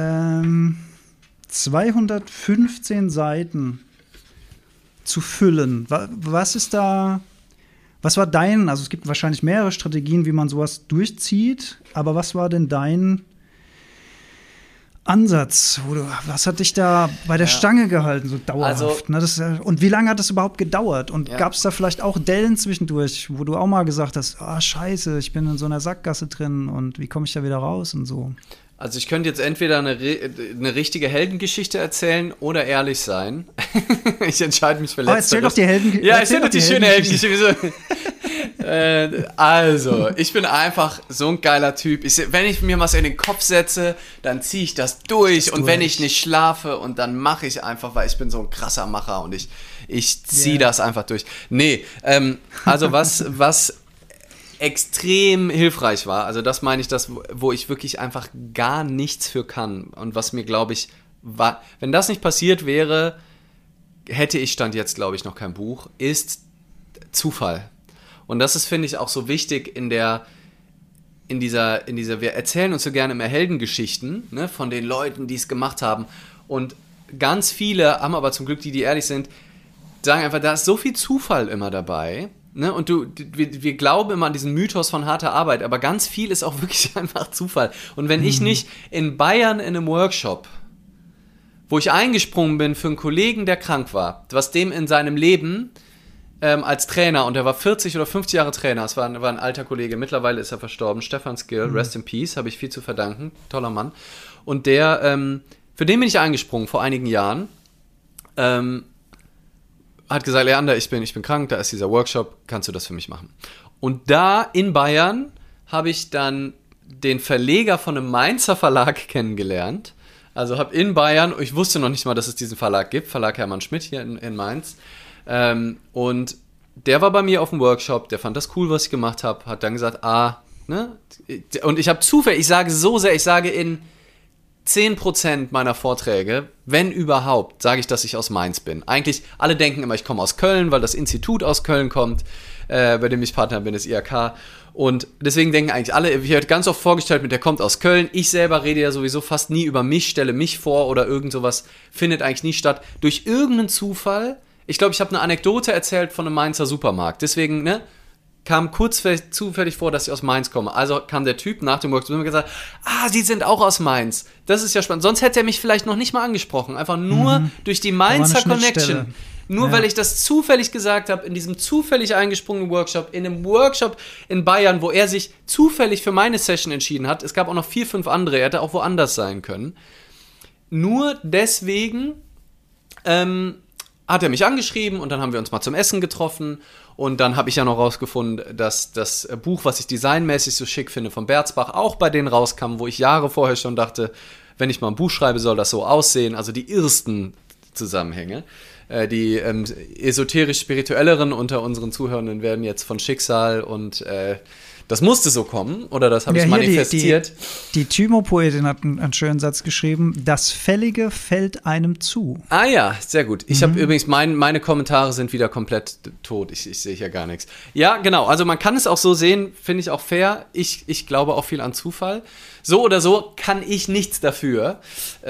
215 Seiten zu füllen? Was war also es gibt wahrscheinlich mehrere Strategien, wie man sowas durchzieht, aber was war denn dein Ansatz? Was hat dich da bei der Stange gehalten, so dauerhaft? Und wie lange hat das überhaupt gedauert? Und gab es da vielleicht auch Dellen zwischendurch, wo du auch mal gesagt hast, scheiße, ich bin in so einer Sackgasse drin und wie komme ich da wieder raus und so? Also ich könnte jetzt entweder eine richtige Heldengeschichte erzählen oder ehrlich sein. Ich entscheide mich für Letzteres. Erzähl doch die Heldengeschichte. Ja, erzähl doch die schöne Heldengeschichte. Also, ich bin einfach so ein geiler Typ. Wenn ich mir was in den Kopf setze, dann ziehe ich das durch. Und wenn ich nicht schlafe, und dann mache ich einfach, weil ich bin so ein krasser Macher und ich ziehe das einfach durch. Nee, also was extrem hilfreich war, also das meine ich, wo ich wirklich einfach gar nichts für kann und was mir, glaube ich, wenn das nicht passiert wäre, hätte ich Stand jetzt, glaube ich, noch kein Buch, ist Zufall. Und das ist, finde ich, auch so wichtig in dieser, wir erzählen uns so gerne immer Heldengeschichten, ne, von den Leuten, die es gemacht haben, und ganz viele haben aber zum Glück die ehrlich sind, sagen einfach, da ist so viel Zufall immer dabei. Ne, und wir glauben immer an diesen Mythos von harter Arbeit, aber ganz viel ist auch wirklich einfach Zufall. Und wenn ich nicht in Bayern in einem Workshop, wo ich eingesprungen bin für einen Kollegen, der krank war, was dem in seinem Leben als Trainer, und er war 40 oder 50 Jahre Trainer, es war ein alter Kollege, mittlerweile ist er verstorben, Stefan Skill, Rest in Peace, habe ich viel zu verdanken, toller Mann. Und für den bin ich eingesprungen vor einigen Jahren, hat gesagt, Leander, ich bin krank, da ist dieser Workshop, kannst du das für mich machen? Und da in Bayern habe ich dann den Verleger von einem Mainzer Verlag kennengelernt. Also habe in Bayern, ich wusste noch nicht mal, dass es diesen Verlag gibt, Verlag Hermann Schmidt hier in Mainz. Und der war bei mir auf dem Workshop, der fand das cool, was ich gemacht habe, hat dann gesagt, ne? Und ich habe zufällig, ich sage in 10% meiner Vorträge, wenn überhaupt, sage ich, dass ich aus Mainz bin. Eigentlich, alle denken immer, ich komme aus Köln, weil das Institut aus Köln kommt, bei dem ich Partner bin, das IHK. Und deswegen denken eigentlich alle, ich werde ganz oft vorgestellt mit, der kommt aus Köln. Ich selber rede ja sowieso fast nie über mich, stelle mich vor oder irgend sowas, findet eigentlich nie statt. Durch irgendeinen Zufall, ich glaube, ich habe eine Anekdote erzählt von einem Mainzer Supermarkt. Deswegen, ne, kam zufällig vor, dass ich aus Mainz komme. Also kam der Typ nach dem Workshop und hat gesagt, Sie sind auch aus Mainz. Das ist ja spannend. Sonst hätte er mich vielleicht noch nicht mal angesprochen. Einfach nur durch die Mainzer Connection. Nur weil ich das zufällig gesagt habe, in diesem zufällig eingesprungenen Workshop, in einem Workshop in Bayern, wo er sich zufällig für meine Session entschieden hat. Es gab auch noch 4, 5 andere. Er hätte auch woanders sein können. Nur deswegen hat er mich angeschrieben und dann haben wir uns mal zum Essen getroffen und dann habe ich ja noch rausgefunden, dass das Buch, was ich designmäßig so schick finde, von Berzbach auch bei denen rauskam, wo ich Jahre vorher schon dachte, wenn ich mal ein Buch schreibe, soll das so aussehen, also die ersten Zusammenhänge. Die esoterisch-spirituelleren unter unseren Zuhörenden werden jetzt von Schicksal und das musste so kommen, oder das habe ich manifestiert. Die Thymo-Poetin hat einen schönen Satz geschrieben, das Fällige fällt einem zu. Ah ja, sehr gut. Ich habe übrigens, meine Kommentare sind wieder komplett tot. Ich sehe hier gar nichts. Ja, genau, also man kann es auch so sehen, finde ich auch fair. Ich glaube auch viel an Zufall. So oder so kann ich nichts dafür.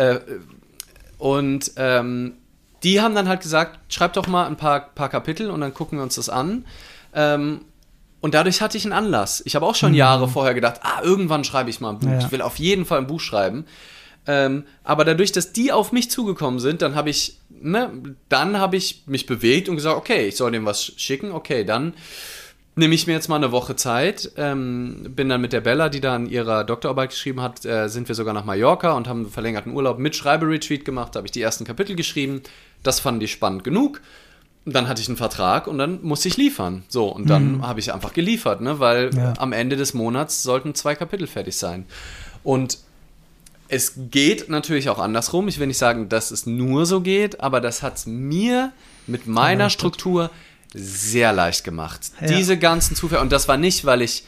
Die haben dann halt gesagt, schreib doch mal ein paar Kapitel und dann gucken wir uns das an. Und dadurch hatte ich einen Anlass. Ich habe auch schon Jahre vorher gedacht, irgendwann schreibe ich mal ein Buch. Ja. Ich will auf jeden Fall ein Buch schreiben. Aber dadurch, dass die auf mich zugekommen sind, dann habe ich mich bewegt und gesagt, okay, ich soll dem was schicken. Okay, dann nehme ich mir jetzt mal eine Woche Zeit. Bin dann mit der Bella, die da an ihrer Doktorarbeit geschrieben hat, sind wir sogar nach Mallorca und haben einen verlängerten Urlaub mit Schreiberetreat gemacht. Da habe ich die ersten Kapitel geschrieben. Das fanden die spannend genug. Dann hatte ich einen Vertrag und dann musste ich liefern. So, und dann habe ich einfach geliefert, ne? Weil am Ende des Monats sollten 2 Kapitel fertig sein. Und es geht natürlich auch andersrum. Ich will nicht sagen, dass es nur so geht, aber das hat es mir mit meiner Struktur sehr leicht gemacht. Ja. Diese ganzen Zufälle. Und das war nicht, weil ich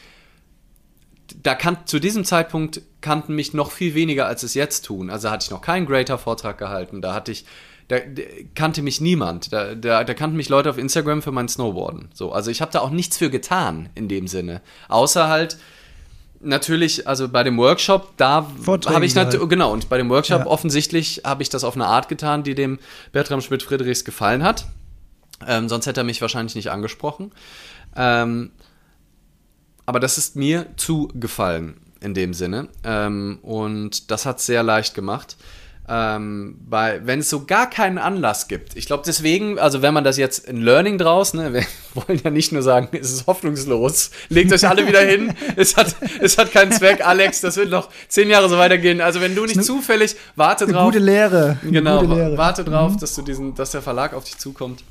zu diesem Zeitpunkt kannten mich noch viel weniger, als es jetzt tun. Also hatte ich noch keinen Greater-Vortrag gehalten. Da kannte mich niemand. Da kannten mich Leute auf Instagram für mein Snowboarden. So, also ich habe da auch nichts für getan in dem Sinne. Außer halt natürlich, also bei dem Workshop, da habe ich genau, und bei dem Workshop offensichtlich habe ich das auf eine Art getan, die dem Bertram Schmidt-Friedrichs gefallen hat. Sonst hätte er mich wahrscheinlich nicht angesprochen. Aber das ist mir zugefallen in dem Sinne. Und das hat es sehr leicht gemacht. Wenn es so gar keinen Anlass gibt. Ich glaube deswegen, also wenn man das jetzt ein Learning draus, ne, wir wollen ja nicht nur sagen, es ist hoffnungslos, legt euch alle wieder hin, es hat keinen Zweck, Alex, das wird noch 10 Jahre so weitergehen. Also wenn du nicht zufällig, warte drauf. Gute Lehre. Genau, warte drauf, dass der Verlag auf dich zukommt.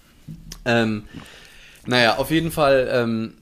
Auf jeden Fall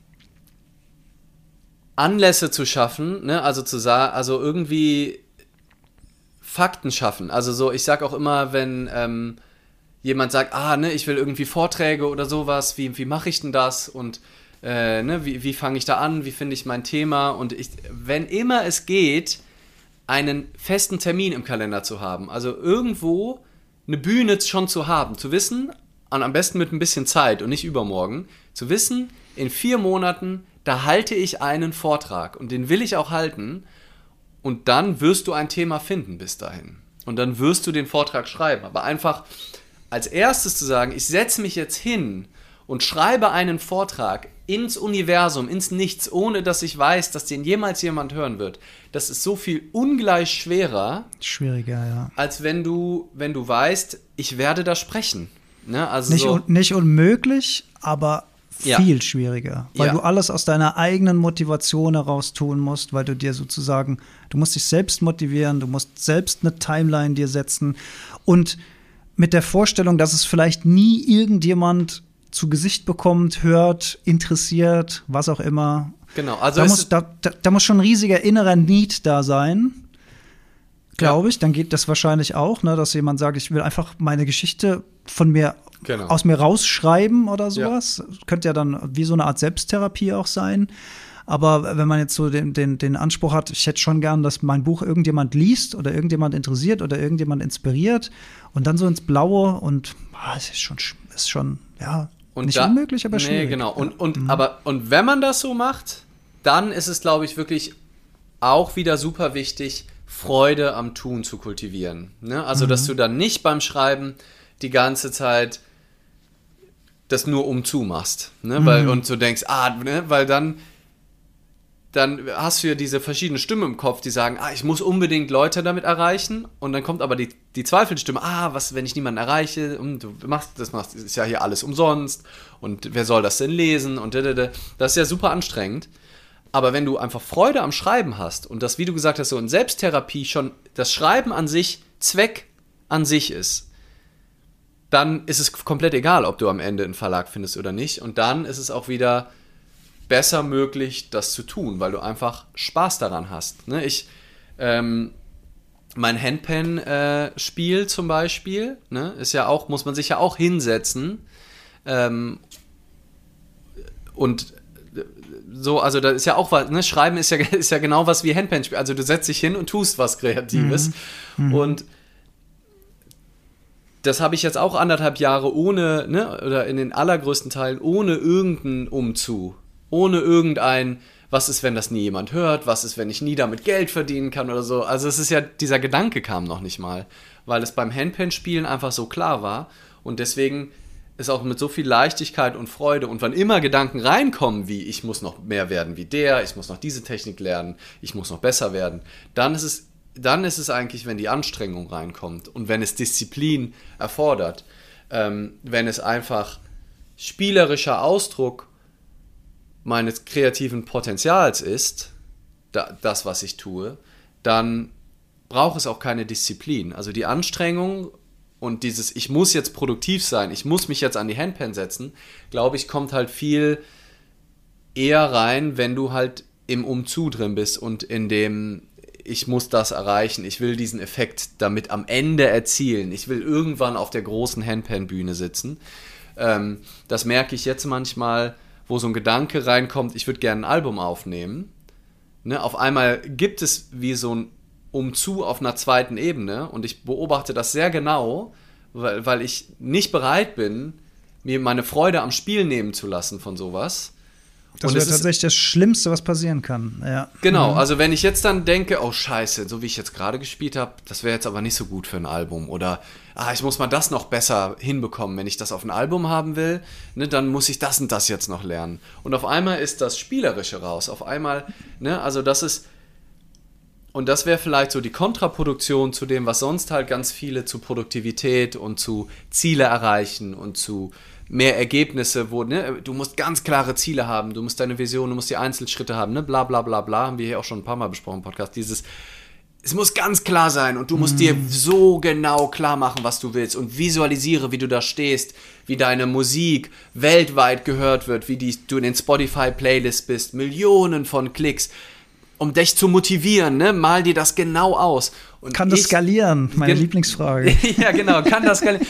Anlässe zu schaffen, ne, also irgendwie Fakten schaffen. Also so, ich sag auch immer, wenn jemand sagt, ich will irgendwie Vorträge oder sowas, wie mache ich denn das? Und wie fange ich da an? Wie finde ich mein Thema? Und wenn immer es geht, einen festen Termin im Kalender zu haben, also irgendwo eine Bühne schon zu haben, zu wissen, und am besten mit ein bisschen Zeit und nicht übermorgen, zu wissen, in 4 Monaten, da halte ich einen Vortrag und den will ich auch halten. Und dann wirst du ein Thema finden bis dahin. Und dann wirst du den Vortrag schreiben. Aber einfach als erstes zu sagen, ich setze mich jetzt hin und schreibe einen Vortrag ins Universum, ins Nichts, ohne dass ich weiß, dass den jemals jemand hören wird, das ist so viel ungleich schwerer. Schwieriger, ja. Als wenn du weißt, ich werde da sprechen. Ne? Also nicht unmöglich, aber viel schwieriger, weil du alles aus deiner eigenen Motivation heraus tun musst, weil du dir sozusagen, du musst dich selbst motivieren, du musst selbst eine Timeline dir setzen und mit der Vorstellung, dass es vielleicht nie irgendjemand zu Gesicht bekommt, hört, interessiert, was auch immer. Genau, also da muss schon ein riesiger innerer Need da sein, glaube ich. Dann geht das wahrscheinlich auch, ne, dass jemand sagt, ich will einfach meine Geschichte aus mir rausschreiben oder sowas. Ja. Könnte ja dann wie so eine Art Selbsttherapie auch sein. Aber wenn man jetzt so den Anspruch hat, ich hätte schon gern, dass mein Buch irgendjemand liest oder irgendjemand interessiert oder irgendjemand inspiriert und dann so ins Blaue und es ist schon und nicht unmöglich, aber schwierig. Nee, genau. Und wenn man das so macht, dann ist es, glaube ich, wirklich auch wieder super wichtig, Freude am Tun zu kultivieren. Ne? Also, dass du dann nicht beim Schreiben die ganze Zeit das nur umzu machst. Ne? Und du denkst, weil dann hast du ja diese verschiedenen Stimmen im Kopf, die sagen, ich muss unbedingt Leute damit erreichen. Und dann kommt aber die Zweifelstimme, was, wenn ich niemanden erreiche? Und du das ist ja hier alles umsonst. Und wer soll das denn lesen? Und das ist ja super anstrengend. Aber wenn du einfach Freude am Schreiben hast und das, wie du gesagt hast, so in Selbsttherapie schon das Schreiben an sich Zweck an sich ist, dann ist es komplett egal, ob du am Ende einen Verlag findest oder nicht. Und dann ist es auch wieder besser möglich, das zu tun, weil du einfach Spaß daran hast. Ne? Mein Handpan-Spiel zum Beispiel, ne, ist ja auch, muss man sich ja auch hinsetzen. Und so, also da ist ja auch was, ne, Schreiben ist ja genau was wie Handpan-Spiel. Also du setzt dich hin und tust was Kreatives. Und das habe ich jetzt auch 1,5 Jahre ohne, ne, oder in den allergrößten Teilen ohne irgendeinen Umzug. Ohne irgendein, was ist, wenn das nie jemand hört, was ist, wenn ich nie damit Geld verdienen kann oder so. Also es ist ja, dieser Gedanke kam noch nicht mal, weil es beim Handpan-Spielen einfach so klar war und deswegen ist auch mit so viel Leichtigkeit und Freude und wann immer Gedanken reinkommen wie, ich muss noch mehr werden wie der, ich muss noch diese Technik lernen, ich muss noch besser werden, dann ist es eigentlich, wenn die Anstrengung reinkommt und wenn es Disziplin erfordert, wenn es einfach spielerischer Ausdruck meines kreativen Potenzials ist, das, was ich tue, dann braucht es auch keine Disziplin. Also die Anstrengung und dieses, ich muss jetzt produktiv sein, ich muss mich jetzt an die Handpan setzen, glaube ich, kommt halt viel eher rein, wenn du halt im Umzu drin bist und in dem, ich muss das erreichen, ich will diesen Effekt damit am Ende erzielen, ich will irgendwann auf der großen Handpan-Bühne sitzen. Das merke ich jetzt manchmal, wo so ein Gedanke reinkommt, ich würde gerne ein Album aufnehmen. Ne, auf einmal gibt es wie so ein Umzu auf einer zweiten Ebene und ich beobachte das sehr genau, weil ich nicht bereit bin, mir meine Freude am Spiel nehmen zu lassen von sowas. Das wäre tatsächlich das Schlimmste, was passieren kann. Ja. Genau, also wenn ich jetzt dann denke, oh scheiße, so wie ich jetzt gerade gespielt habe, das wäre jetzt aber nicht so gut für ein Album. Oder, ich muss mal das noch besser hinbekommen. Wenn ich das auf ein Album haben will, ne, dann muss ich das und das jetzt noch lernen. Und auf einmal ist das Spielerische raus. Auf einmal, ne, also das ist, und das wäre vielleicht so die Kontraproduktion zu dem, was sonst halt ganz viele zu Produktivität und zu Ziele erreichen und zu mehr Ergebnisse, wo, ne, du musst ganz klare Ziele haben, du musst deine Vision, du musst die Einzelschritte haben, ne, bla bla bla bla, haben wir hier auch schon ein paar Mal besprochen im Podcast, es muss ganz klar sein und du musst dir so genau klar machen, was du willst und visualisiere, wie du da stehst, wie deine Musik weltweit gehört wird, wie du in den Spotify-Playlists bist, Millionen von Klicks, um dich zu motivieren, ne, mal dir das genau aus. Und kann das skalieren? Meine Lieblingsfrage. Ja, genau, kann das skalieren?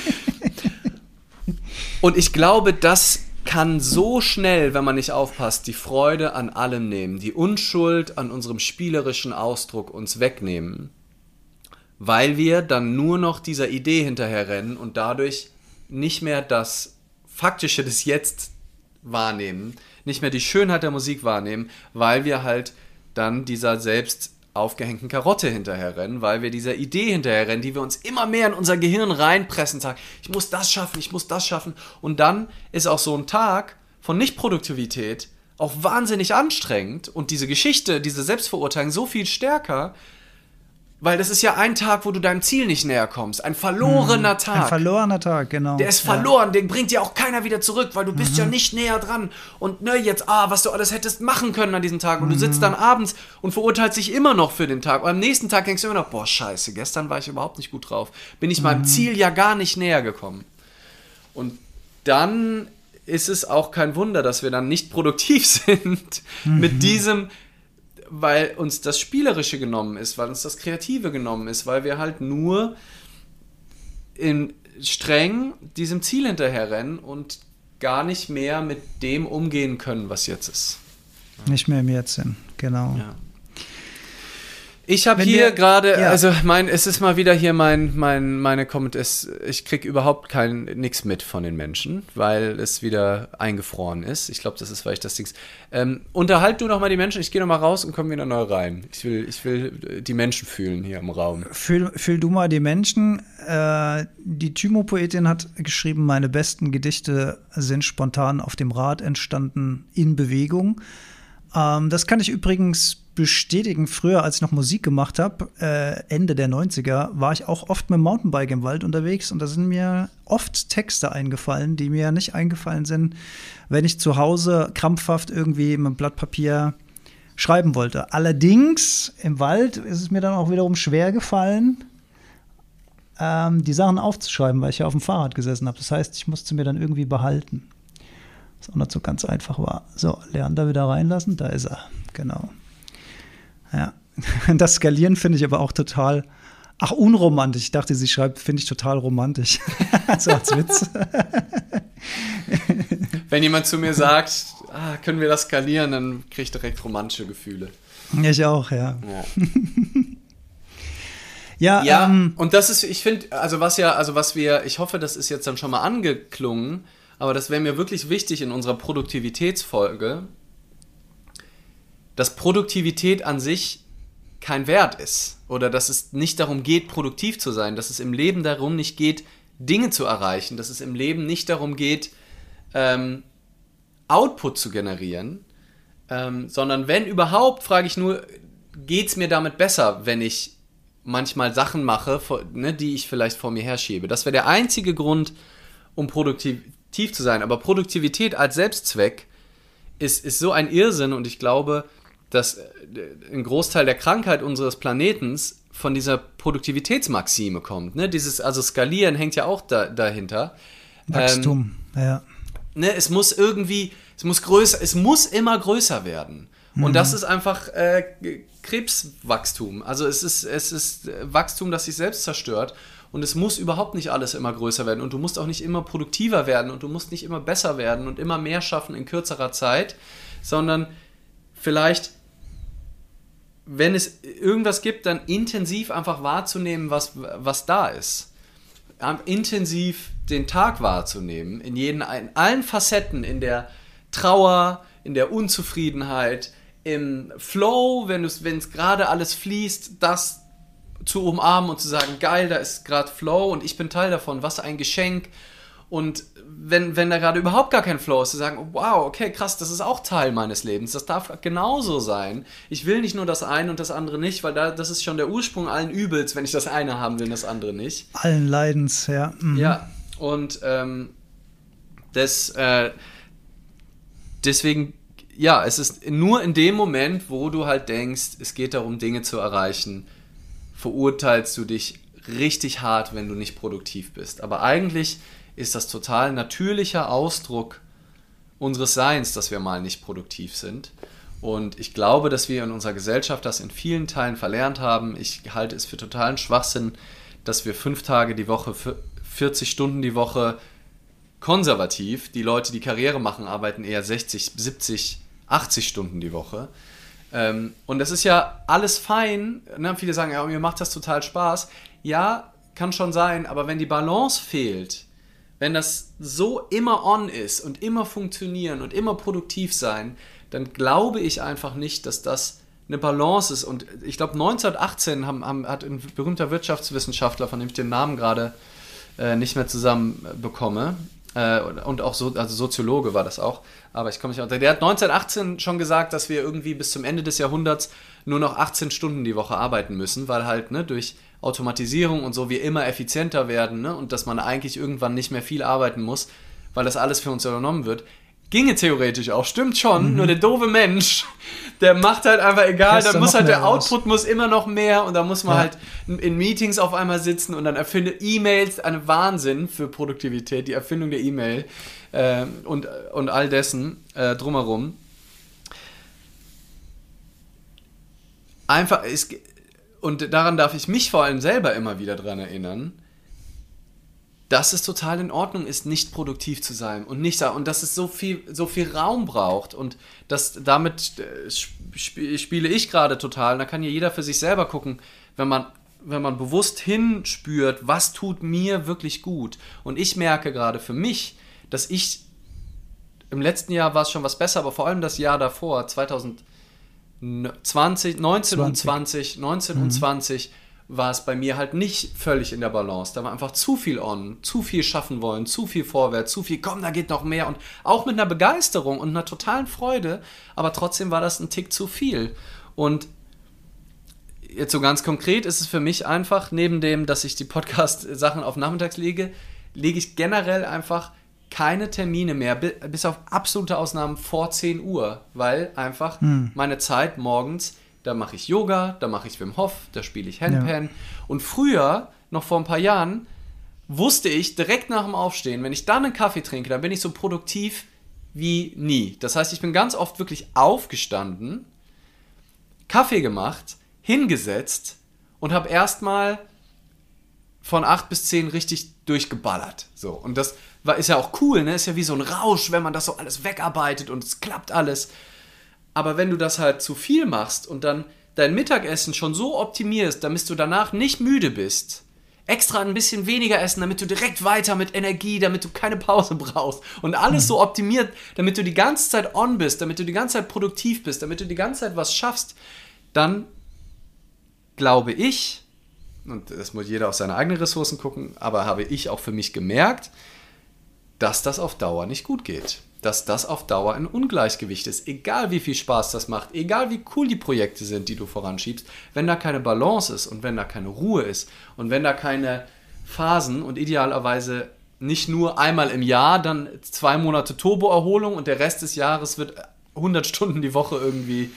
Und ich glaube, das kann so schnell, wenn man nicht aufpasst, die Freude an allem nehmen, die Unschuld an unserem spielerischen Ausdruck uns wegnehmen, weil wir dann nur noch dieser Idee hinterherrennen und dadurch nicht mehr das Faktische des Jetzt wahrnehmen, nicht mehr die Schönheit der Musik wahrnehmen, weil wir halt dann dieser selbst aufgehängten Karotte hinterherrennen, weil wir dieser Idee hinterherrennen, die wir uns immer mehr in unser Gehirn reinpressen, sagen, ich muss das schaffen und dann ist auch so ein Tag von Nichtproduktivität auch wahnsinnig anstrengend und diese Geschichte, diese Selbstverurteilung so viel stärker, weil das ist ja ein Tag, wo du deinem Ziel nicht näher kommst. Ein verlorener Tag. Ein verlorener Tag, genau. Der ist verloren, den bringt dir auch keiner wieder zurück, weil du bist ja nicht näher dran. Und ne, jetzt, was du alles hättest machen können an diesem Tag. Und du sitzt dann abends und verurteilst dich immer noch für den Tag. Und am nächsten Tag denkst du immer noch, boah, scheiße, gestern war ich überhaupt nicht gut drauf. Bin ich meinem Ziel ja gar nicht näher gekommen. Und dann ist es auch kein Wunder, dass wir dann nicht produktiv sind mit diesem, weil uns das Spielerische genommen ist, weil uns das Kreative genommen ist, weil wir halt nur in streng diesem Ziel hinterherrennen und gar nicht mehr mit dem umgehen können, was jetzt ist. Nicht mehr im Jetzt sind, genau. Ja. Ich habe hier gerade, also es ist mal wieder hier meine Comment, ich kriege überhaupt nichts mit von den Menschen, weil es wieder eingefroren ist. Ich glaube, das ist vielleicht das Ding. Unterhalt du noch mal die Menschen, ich gehe noch mal raus und komme wieder neu rein. Ich will die Menschen fühlen hier im Raum. Fühl du mal die Menschen. Die Thymo-Poetin hat geschrieben, meine besten Gedichte sind spontan auf dem Rad entstanden, in Bewegung. Das kann ich übrigens bestätigen. Früher, als ich noch Musik gemacht habe, Ende der 90er, war ich auch oft mit dem Mountainbike im Wald unterwegs und da sind mir oft Texte eingefallen, die mir nicht eingefallen sind, wenn ich zu Hause krampfhaft irgendwie mit einem Blatt Papier schreiben wollte. Allerdings im Wald ist es mir dann auch wiederum schwer gefallen, die Sachen aufzuschreiben, weil ich ja auf dem Fahrrad gesessen habe. Das heißt, ich musste mir dann irgendwie behalten. Was auch nicht so ganz einfach war. So, Leander wieder reinlassen, da ist er. Genau. Ja, das Skalieren finde ich aber auch total, unromantisch. Ich dachte, sie schreibt, finde ich total romantisch. So als Witz. Wenn jemand zu mir sagt, können wir das skalieren, dann kriege ich direkt romantische Gefühle. Ich auch, ja. Ja, und das ist, ich finde, ich hoffe, das ist jetzt dann schon mal angeklungen, aber das wäre mir wirklich wichtig in unserer Produktivitätsfolge, dass Produktivität an sich kein Wert ist oder dass es nicht darum geht, produktiv zu sein, dass es im Leben darum nicht geht, Dinge zu erreichen, dass es im Leben nicht darum geht, Output zu generieren, sondern wenn überhaupt, frage ich nur, geht es mir damit besser, wenn ich manchmal Sachen mache, die ich vielleicht vor mir herschiebe. Das wäre der einzige Grund, um produktiv zu sein. Aber Produktivität als Selbstzweck ist so ein Irrsinn und ich glaube, dass ein Großteil der Krankheit unseres Planetens von dieser Produktivitätsmaxime kommt. Ne? Also Skalieren hängt ja auch dahinter. Wachstum, ja. Ne, es muss immer größer werden. Und das ist einfach Krebswachstum. Also es ist Wachstum, das sich selbst zerstört. Und es muss überhaupt nicht alles immer größer werden. Und du musst auch nicht immer produktiver werden. Und du musst nicht immer besser werden und immer mehr schaffen in kürzerer Zeit. Sondern vielleicht, wenn es irgendwas gibt, dann intensiv einfach wahrzunehmen, was da ist. Intensiv den Tag wahrzunehmen. In allen Facetten. In der Trauer, in der Unzufriedenheit, im Flow, wenn es gerade alles fließt, das zu umarmen und zu sagen, geil, da ist gerade Flow und ich bin Teil davon, was ein Geschenk. Und wenn da gerade überhaupt gar kein Flow ist, zu sagen, wow, okay, krass, das ist auch Teil meines Lebens, das darf genauso sein. Ich will nicht nur das eine und das andere nicht, weil das ist schon der Ursprung allen Übels, wenn ich das eine haben will und das andere nicht. Allen Leidens, ja. Mhm. Ja, und deswegen, ja, es ist nur in dem Moment, wo du halt denkst, es geht darum, Dinge zu erreichen, verurteilst du dich richtig hart, wenn du nicht produktiv bist. Aber eigentlich ist das total natürlicher Ausdruck unseres Seins, dass wir mal nicht produktiv sind. Und ich glaube, dass wir in unserer Gesellschaft das in vielen Teilen verlernt haben. Ich halte es für totalen Schwachsinn, dass wir 5 Tage die Woche, 40 Stunden die Woche konservativ, die Leute, die Karriere machen, arbeiten eher 60, 70, 80 Stunden die Woche. Und das ist ja alles fein. Ne? Viele sagen, ja, mir macht das total Spaß. Ja, kann schon sein, aber wenn die Balance fehlt, wenn das so immer on ist und immer funktionieren und immer produktiv sein, dann glaube ich einfach nicht, dass das eine Balance ist. Und ich glaube, 1918 hat ein berühmter Wirtschaftswissenschaftler, von dem ich den Namen gerade nicht mehr zusammen bekomme, und auch also Soziologe war das auch, aber ich komme nicht auf. Der hat 1918 schon gesagt, dass wir irgendwie bis zum Ende des Jahrhunderts nur noch 18 Stunden die Woche arbeiten müssen, weil halt durch Automatisierung und so wir immer effizienter werden, ne, und dass man eigentlich irgendwann nicht mehr viel arbeiten muss, weil das alles für uns übernommen wird. Ginge theoretisch auch, stimmt schon, nur der doofe Mensch, der macht halt einfach egal, dann muss halt der Output muss immer noch mehr und da muss man halt in Meetings auf einmal sitzen und dann erfindet E-Mails, ein Wahnsinn für Produktivität, die Erfindung der E-Mail und all dessen drumherum. Einfach, und daran darf ich mich vor allem selber immer wieder dran erinnern, dass es total in Ordnung ist, nicht produktiv zu sein und dass es so viel Raum braucht und damit spiele ich gerade total. Da kann ja jeder für sich selber gucken, wenn man bewusst hinspürt, was tut mir wirklich gut. Und ich merke gerade für mich, dass ich im letzten Jahr war es schon was besser, aber vor allem das Jahr davor, 19 und 20, war es bei mir halt nicht völlig in der Balance. Da war einfach zu viel zu viel schaffen wollen, zu viel vorwärts, zu viel, komm, da geht noch mehr. Und auch mit einer Begeisterung und einer totalen Freude, aber trotzdem war das ein Tick zu viel. Und jetzt so ganz konkret ist es für mich einfach, neben dem, dass ich die Podcast-Sachen auf nachmittags lege ich generell einfach keine Termine mehr, bis auf absolute Ausnahmen vor 10 Uhr, weil einfach meine Zeit morgens, da mache ich Yoga, da mache ich Wim Hof, da spiele ich Handpan. Ja. Und früher, noch vor ein paar Jahren, wusste ich direkt nach dem Aufstehen, wenn ich dann einen Kaffee trinke, dann bin ich so produktiv wie nie. Das heißt, ich bin ganz oft wirklich aufgestanden, Kaffee gemacht, hingesetzt und habe erstmal von 8 bis 10 richtig durchgeballert. So. Und das ist ja auch cool, ne? Ist ja wie so ein Rausch, wenn man das so alles wegarbeitet und es klappt alles. Aber wenn du das halt zu viel machst und dann dein Mittagessen schon so optimierst, damit du danach nicht müde bist, extra ein bisschen weniger essen, damit du direkt weiter mit Energie, damit du keine Pause brauchst und alles so optimiert, damit du die ganze Zeit on bist, damit du die ganze Zeit produktiv bist, damit du die ganze Zeit was schaffst, dann glaube ich, und das muss jeder auf seine eigenen Ressourcen gucken, aber habe ich auch für mich gemerkt, dass das auf Dauer nicht gut geht. Dass das auf Dauer ein Ungleichgewicht ist. Egal wie viel Spaß das macht, egal wie cool die Projekte sind, die du voranschiebst, wenn da keine Balance ist und wenn da keine Ruhe ist und wenn da keine Phasen und idealerweise nicht nur einmal im Jahr, dann 2 Monate Turboerholung und der Rest des Jahres wird 100 Stunden die Woche irgendwie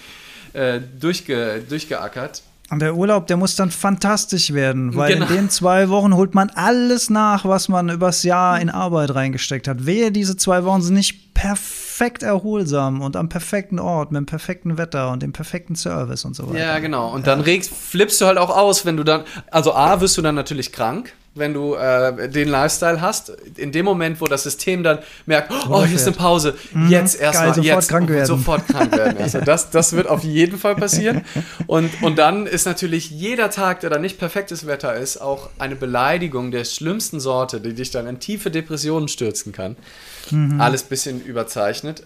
durchgeackert. Und der Urlaub, der muss dann fantastisch werden, weil in den 2 Wochen holt man alles nach, was man übers Jahr in Arbeit reingesteckt hat. Wehe, diese 2 Wochen sind nicht perfekt erholsam und am perfekten Ort, mit dem perfekten Wetter und dem perfekten Service und so weiter. Ja, genau. Und dann flippst du halt auch aus, wenn du dann, also A, wirst du dann natürlich krank, wenn du den Lifestyle hast. In dem Moment, wo das System dann merkt, oh, hier ist eine Pause, jetzt erstmal, sofort krank werden. Also das wird auf jeden Fall passieren. Und dann ist natürlich jeder Tag, der dann nicht perfektes Wetter ist, auch eine Beleidigung der schlimmsten Sorte, die dich dann in tiefe Depressionen stürzen kann. Alles ein bisschen überzeichnet.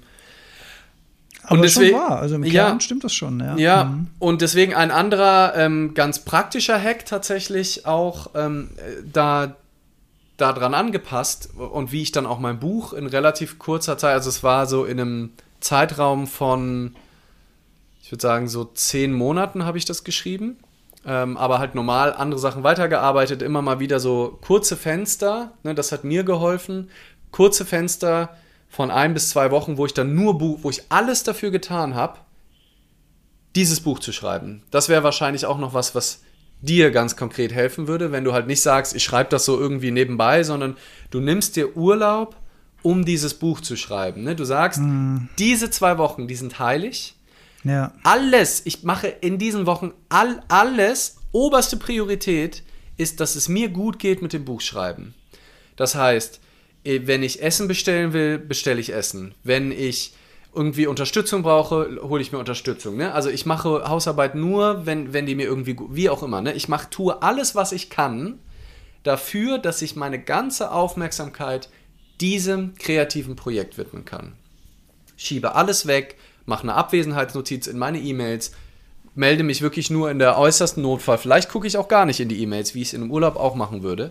Aber und deswegen, schon wahr. Also im Kern stimmt das schon. Ja, und deswegen ein anderer ganz praktischer Hack tatsächlich auch da dran angepasst und wie ich dann auch mein Buch in relativ kurzer Zeit, also es war so in einem Zeitraum von, ich würde sagen so 10 Monaten habe ich das geschrieben, aber halt normal andere Sachen weitergearbeitet, immer mal wieder so kurze Fenster, ne, das hat mir geholfen, kurze Fenster von 1 bis 2 Wochen, wo ich dann wo ich alles dafür getan habe, dieses Buch zu schreiben. Das wäre wahrscheinlich auch noch was dir ganz konkret helfen würde, wenn du halt nicht sagst, ich schreibe das so irgendwie nebenbei, sondern du nimmst dir Urlaub, um dieses Buch zu schreiben. Ne? Du sagst, diese 2 Wochen, die sind heilig. Ja. Alles, ich mache in diesen Wochen alles, oberste Priorität ist, dass es mir gut geht mit dem Buchschreiben. Das heißt, wenn ich Essen bestellen will, bestelle ich Essen. Wenn ich irgendwie Unterstützung brauche, hole ich mir Unterstützung. Ne? Also ich mache Hausarbeit nur, wenn die mir irgendwie, wie auch immer. Ne? Ich tue alles, was ich kann, dafür, dass ich meine ganze Aufmerksamkeit diesem kreativen Projekt widmen kann. Schiebe alles weg, mache eine Abwesenheitsnotiz in meine E-Mails, melde mich wirklich nur in der äußersten Notfall. Vielleicht gucke ich auch gar nicht in die E-Mails, wie ich es in einem Urlaub auch machen würde.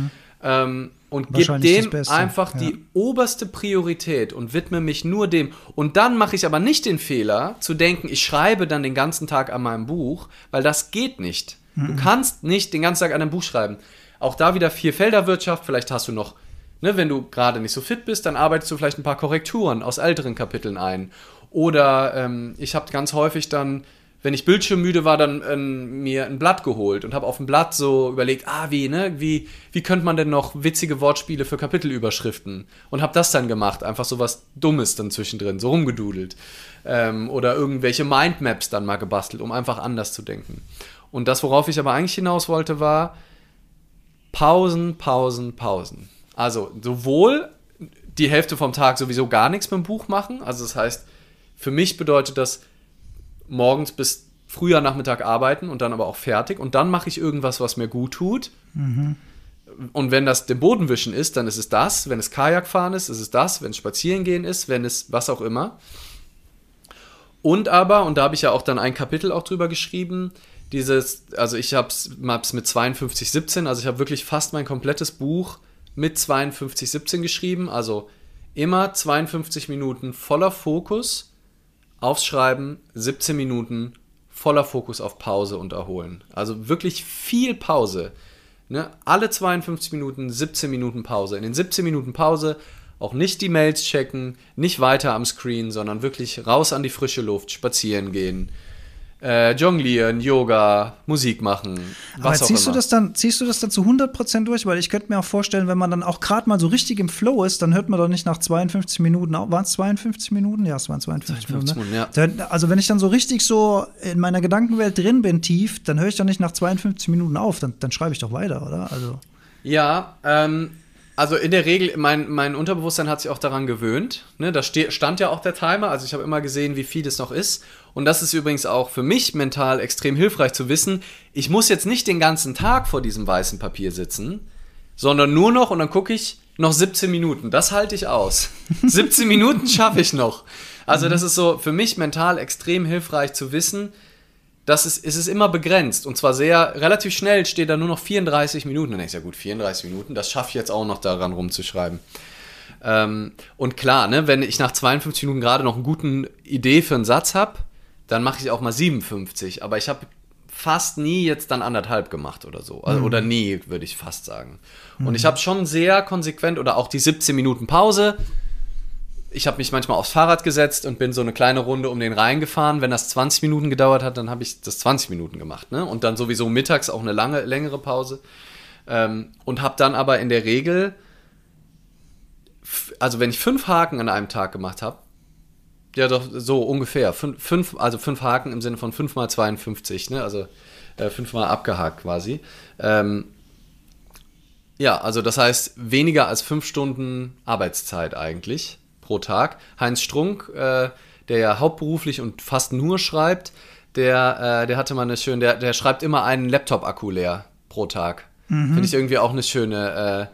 Und gebe dem einfach die oberste Priorität und widme mich nur dem. Und dann mache ich aber nicht den Fehler, zu denken, ich schreibe dann den ganzen Tag an meinem Buch, weil das geht nicht. Du kannst nicht den ganzen Tag an einem Buch schreiben. Auch da wieder 4-Felder-Wirtschaft, vielleicht hast du noch, ne, wenn du gerade nicht so fit bist, dann arbeitest du vielleicht ein paar Korrekturen aus älteren Kapiteln ein. Oder ich habe ganz häufig dann, wenn ich bildschirmmüde war, dann mir ein Blatt geholt und habe auf dem Blatt so überlegt, wie könnte man denn noch witzige Wortspiele für Kapitelüberschriften? Und habe das dann gemacht, einfach so was Dummes dann zwischendrin, so rumgedudelt. Oder irgendwelche Mindmaps dann mal gebastelt, um einfach anders zu denken. Und das, worauf ich aber eigentlich hinaus wollte, war Pausen. Also sowohl die Hälfte vom Tag sowieso gar nichts mit dem Buch machen, also das heißt, für mich bedeutet das morgens bis früher Nachmittag arbeiten und dann aber auch fertig. Und dann mache ich irgendwas, was mir gut tut. Und wenn das dem Bodenwischen ist, dann ist es das. Wenn es Kajakfahren ist, ist es das. Wenn es Spazierengehen ist, wenn es was auch immer. Und aber, und da habe ich ja auch dann ein Kapitel auch drüber geschrieben, also ich habe es mit 52:17, also ich habe wirklich fast mein komplettes Buch mit 52:17 geschrieben. Also immer 52 Minuten voller Fokus aufs Schreiben, 17 Minuten voller Fokus auf Pause und Erholen. Also wirklich viel Pause. Ne? Alle 52 Minuten, 17 Minuten Pause. In den 17 Minuten Pause auch nicht die Mails checken, nicht weiter am Screen, sondern wirklich raus an die frische Luft, spazieren gehen, Jonglieren, Yoga, Musik machen, was auch immer. Ziehst du das dann zu 100% durch? Weil ich könnte mir auch vorstellen, wenn man dann auch gerade mal so richtig im Flow ist, dann hört man doch nicht nach 52 Minuten auf. Waren es 52 Minuten? Ja, es waren 52 Minuten. Ne? Ja. Also wenn ich dann so richtig so in meiner Gedankenwelt drin bin, tief, dann höre ich doch nicht nach 52 Minuten auf. Dann schreibe ich doch weiter, oder? Also. Ja, also in der Regel, mein Unterbewusstsein hat sich auch daran gewöhnt. Ne? Da stand ja auch der Timer, also ich habe immer gesehen, wie viel es noch ist. Und das ist übrigens auch für mich mental extrem hilfreich zu wissen, ich muss jetzt nicht den ganzen Tag vor diesem weißen Papier sitzen, sondern nur noch, und dann gucke ich, noch 17 Minuten. Das halte ich aus. 17 Minuten schaffe ich noch. Also das ist so für mich mental extrem hilfreich zu wissen, es ist immer begrenzt. Und zwar relativ schnell steht da nur noch 34 Minuten. Dann denke ich, ja gut, 34 Minuten, das schaffe ich jetzt auch noch daran rumzuschreiben. Und klar, ne, wenn ich nach 52 Minuten gerade noch eine gute Idee für einen Satz habe, dann mache ich auch mal 57. Aber ich habe fast nie jetzt dann 1,5 gemacht oder so. Also, oder nie, würde ich fast sagen. Und ich habe schon sehr konsequent, oder auch die 17 Minuten Pause. Ich habe mich manchmal aufs Fahrrad gesetzt und bin so eine kleine Runde um den Rhein gefahren. Wenn das 20 Minuten gedauert hat, dann habe ich das 20 Minuten gemacht. Ne? Und dann sowieso mittags auch eine längere Pause. Und habe dann aber in der Regel, also wenn ich 5 Haken an einem Tag gemacht habe, ja doch so ungefähr, 5 Haken im Sinne von 5 mal 52, ne? Also 5 mal abgehakt quasi. Ja, also das heißt weniger als 5 Stunden Arbeitszeit eigentlich pro Tag. Heinz Strunk, der ja hauptberuflich und fast nur schreibt, der hatte mal eine schöne, der schreibt immer einen Laptop-Akku leer pro Tag. Finde ich irgendwie auch eine schöne,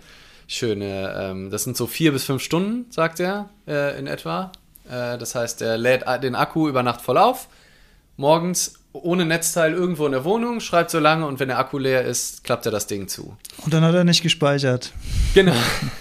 das sind so 4 bis 5 Stunden, sagt er, in etwa. Das heißt, er lädt den Akku über Nacht voll auf, morgens ohne Netzteil irgendwo in der Wohnung, schreibt so lange und wenn der Akku leer ist, klappt er das Ding zu. Und dann hat er nicht gespeichert. Genau.